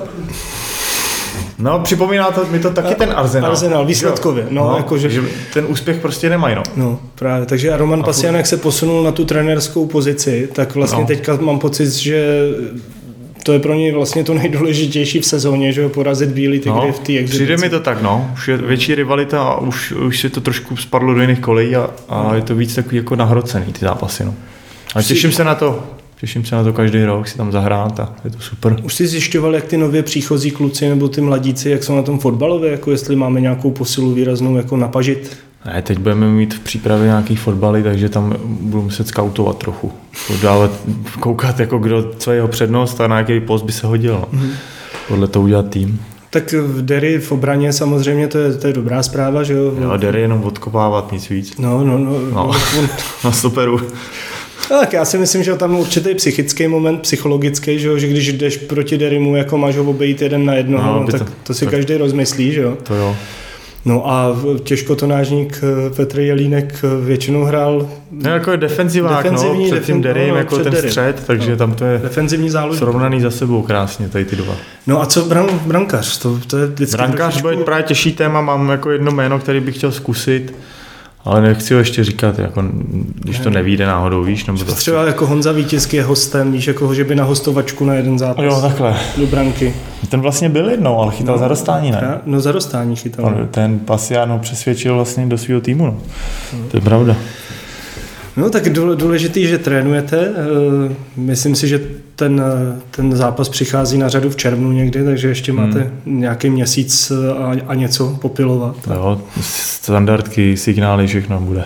No, připomíná to, mi to taky ten Arsenal.
Arsenal, výsledkově. No,
no,
jako, že,
že ten úspěch prostě nemají, no.
No, právě. Takže a Roman Pasian, jak se posunul na tu trenérskou pozici, tak vlastně no. teďka mám pocit, že To je pro ně vlastně to nejdůležitější v sezóně, že jo, porazit Bílý Tygry
No,
v té exibici.
přijde mi to tak, no. Už je větší rivalita a už, už se to trošku spadlo do jiných kolejí a, a je to víc takový jako nahrocený ty zápasy, no. A těším se na to. Těším se na to každý rok si tam zahrát a je to super.
Už jsi zjišťoval, jak ty nově příchozí kluci nebo ty mladíci, jak jsou na tom fotbalově, jako jestli máme nějakou posilu výraznou jako napažit?
Ne, teď budeme mít v přípravě nějaký fotbaly, takže tam budu muset skautovat trochu. Dále koukat, jako kdo, co je jeho přednost a na jaký post by se hodil. No. Mm-hmm. Podle toho udělat tým.
Tak v Derry v obraně samozřejmě to je, to je dobrá zpráva, že jo?
Jo, Derry jenom odkopávat, nic víc.
No, no, no.
No, na stoperu.
Tak já si myslím, že tam určitý psychický moment, psychologický, že, jo? Že když jdeš proti Derrymu, jako máš ho obejít jeden na jednoho, no, tak to, to si tak, každý rozmyslí, že jo?
To jo.
No a těžkotonážník Petr Jelínek většinou hrál...
No jako je defenzivák, no, před defen... tím Derrym, no, jako ten Derrym. Střed, takže no. Tam to je defenzivní záložník. Srovnaný za sebou krásně, tady ty dva.
No a co bran, brankář? To, to je vždycky
brankář trošičku... bude právě těžší téma, mám jako jedno jméno, který bych chtěl zkusit, ale nechci ho ještě říkat, jako, když ne. to nevíde náhodou, víš? Nebo to
třeba jako Honza Vítězky je hostem, víš, jako že by na hostovačku na jeden zápas.
Jo, takhle.
Do branky.
Ten vlastně byl jednou, ale chytal no, za dostání, ne?
No za dostání chytal.
On, ten Pasián ho přesvědčil vlastně do svého týmu, no. no. To je pravda.
No tak důležitý, že trénujete. Myslím si, že ten, ten zápas přichází na řadu v červnu někdy, takže ještě máte hmm. nějaký měsíc a, a něco popilovat.
Jo, standardky, signály, všechno bude.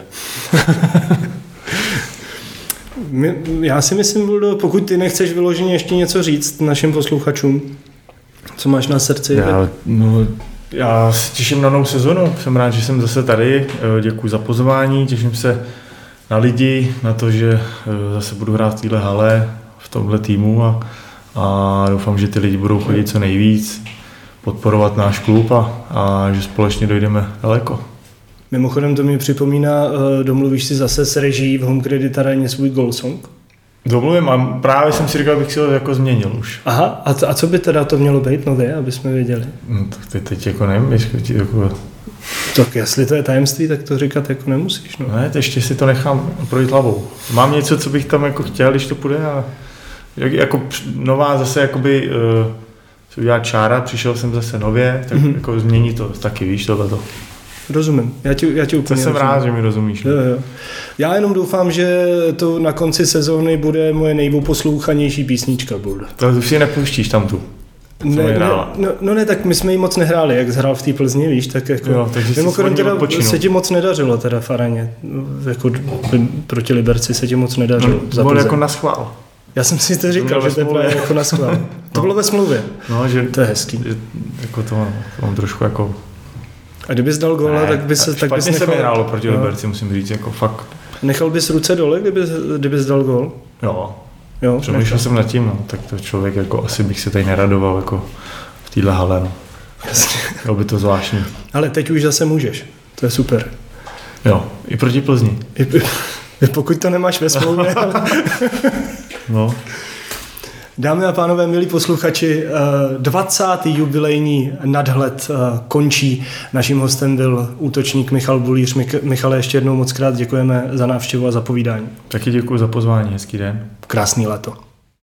My, já si myslím, Vuldo, pokud ty nechceš vyloženě ještě něco říct našim posluchačům, co máš na srdci?
Já, no, já se těším na novou sezonu, jsem rád, že jsem zase tady, děkuji za pozvání, těším se na lidi, na to, že zase budu hrát v téhle hale, v tomhle týmu a, a doufám, že ty lidi budou chodit co nejvíc, podporovat náš klub a, a že společně dojdeme daleko.
Mimochodem to mi připomíná, domluvíš si zase s režií v Home Credit Areně svůj goal song?
Domluvím a právě jsem si říkal, abych si ho jako změnil už.
Aha, a, a co by teda to mělo být nově, aby jsme věděli?
No, tak teď, teď jako nevím, jestli jako...
Tak jestli to je tajemství, tak to říkat jako nemusíš. No.
Ne, ještě si to nechám projít hlavou. Mám něco, co bych tam jako chtěl, když to půjde a jako nová zase jakoby uh, se udělá čára, přišel jsem zase nově, tak mm-hmm. jako změní to taky, víš, tohleto.
Rozumím, já ti, já ti úplně
jsem
rozumím.
rád, že mi rozumíš.
Jo, jo. Já jenom doufám, že to na konci sezóny bude moje nejposlouchanější písnička. Bude.
To už si nepouštíš tam tu.
Ne, ne, no, no ne, tak my jsme ji moc nehráli, jak hrál v té Plzni, víš, tak jako...
Jo, takže
mimochodem teda se ti moc nedařilo teda v aréně, jako proti Liberci se ti moc nedařilo.
No, to bylo jako na schvál.
Já jsem si to říkal, to že to je právě jako na schvál. To no. bylo ve smlouvě.
No, že...
To je hezký.
Že, jako to mám trošku jako...
A kdybys dal góla, ne, tak bys... Tak
špatně
bys
nechal... se mi hrálo proti
no.
Liberci, musím říct, jako fakt.
Nechal bys ruce dole, kdybys, kdybys dal gól?
Jo.
Jo,
přemýšlel jsem nad tím, no, tak to člověk jako asi bych se tady neradoval jako v téhle hale, no.
Jasně.
Bylo by to zvláštní.
Ale teď už zase můžeš, to je super.
Jo, i proti Plzni.
I, i pokud to nemáš ve smlouvě.
No.
Dámy a pánové, milí posluchači, dvacátý jubilejní nadhled končí. Naším hostem byl útočník Michal Bulíř. Michale, ještě jednou moc krát děkujeme za návštěvu a za povídání.
Taky děkuji za pozvání, hezký den.
Krásný léto.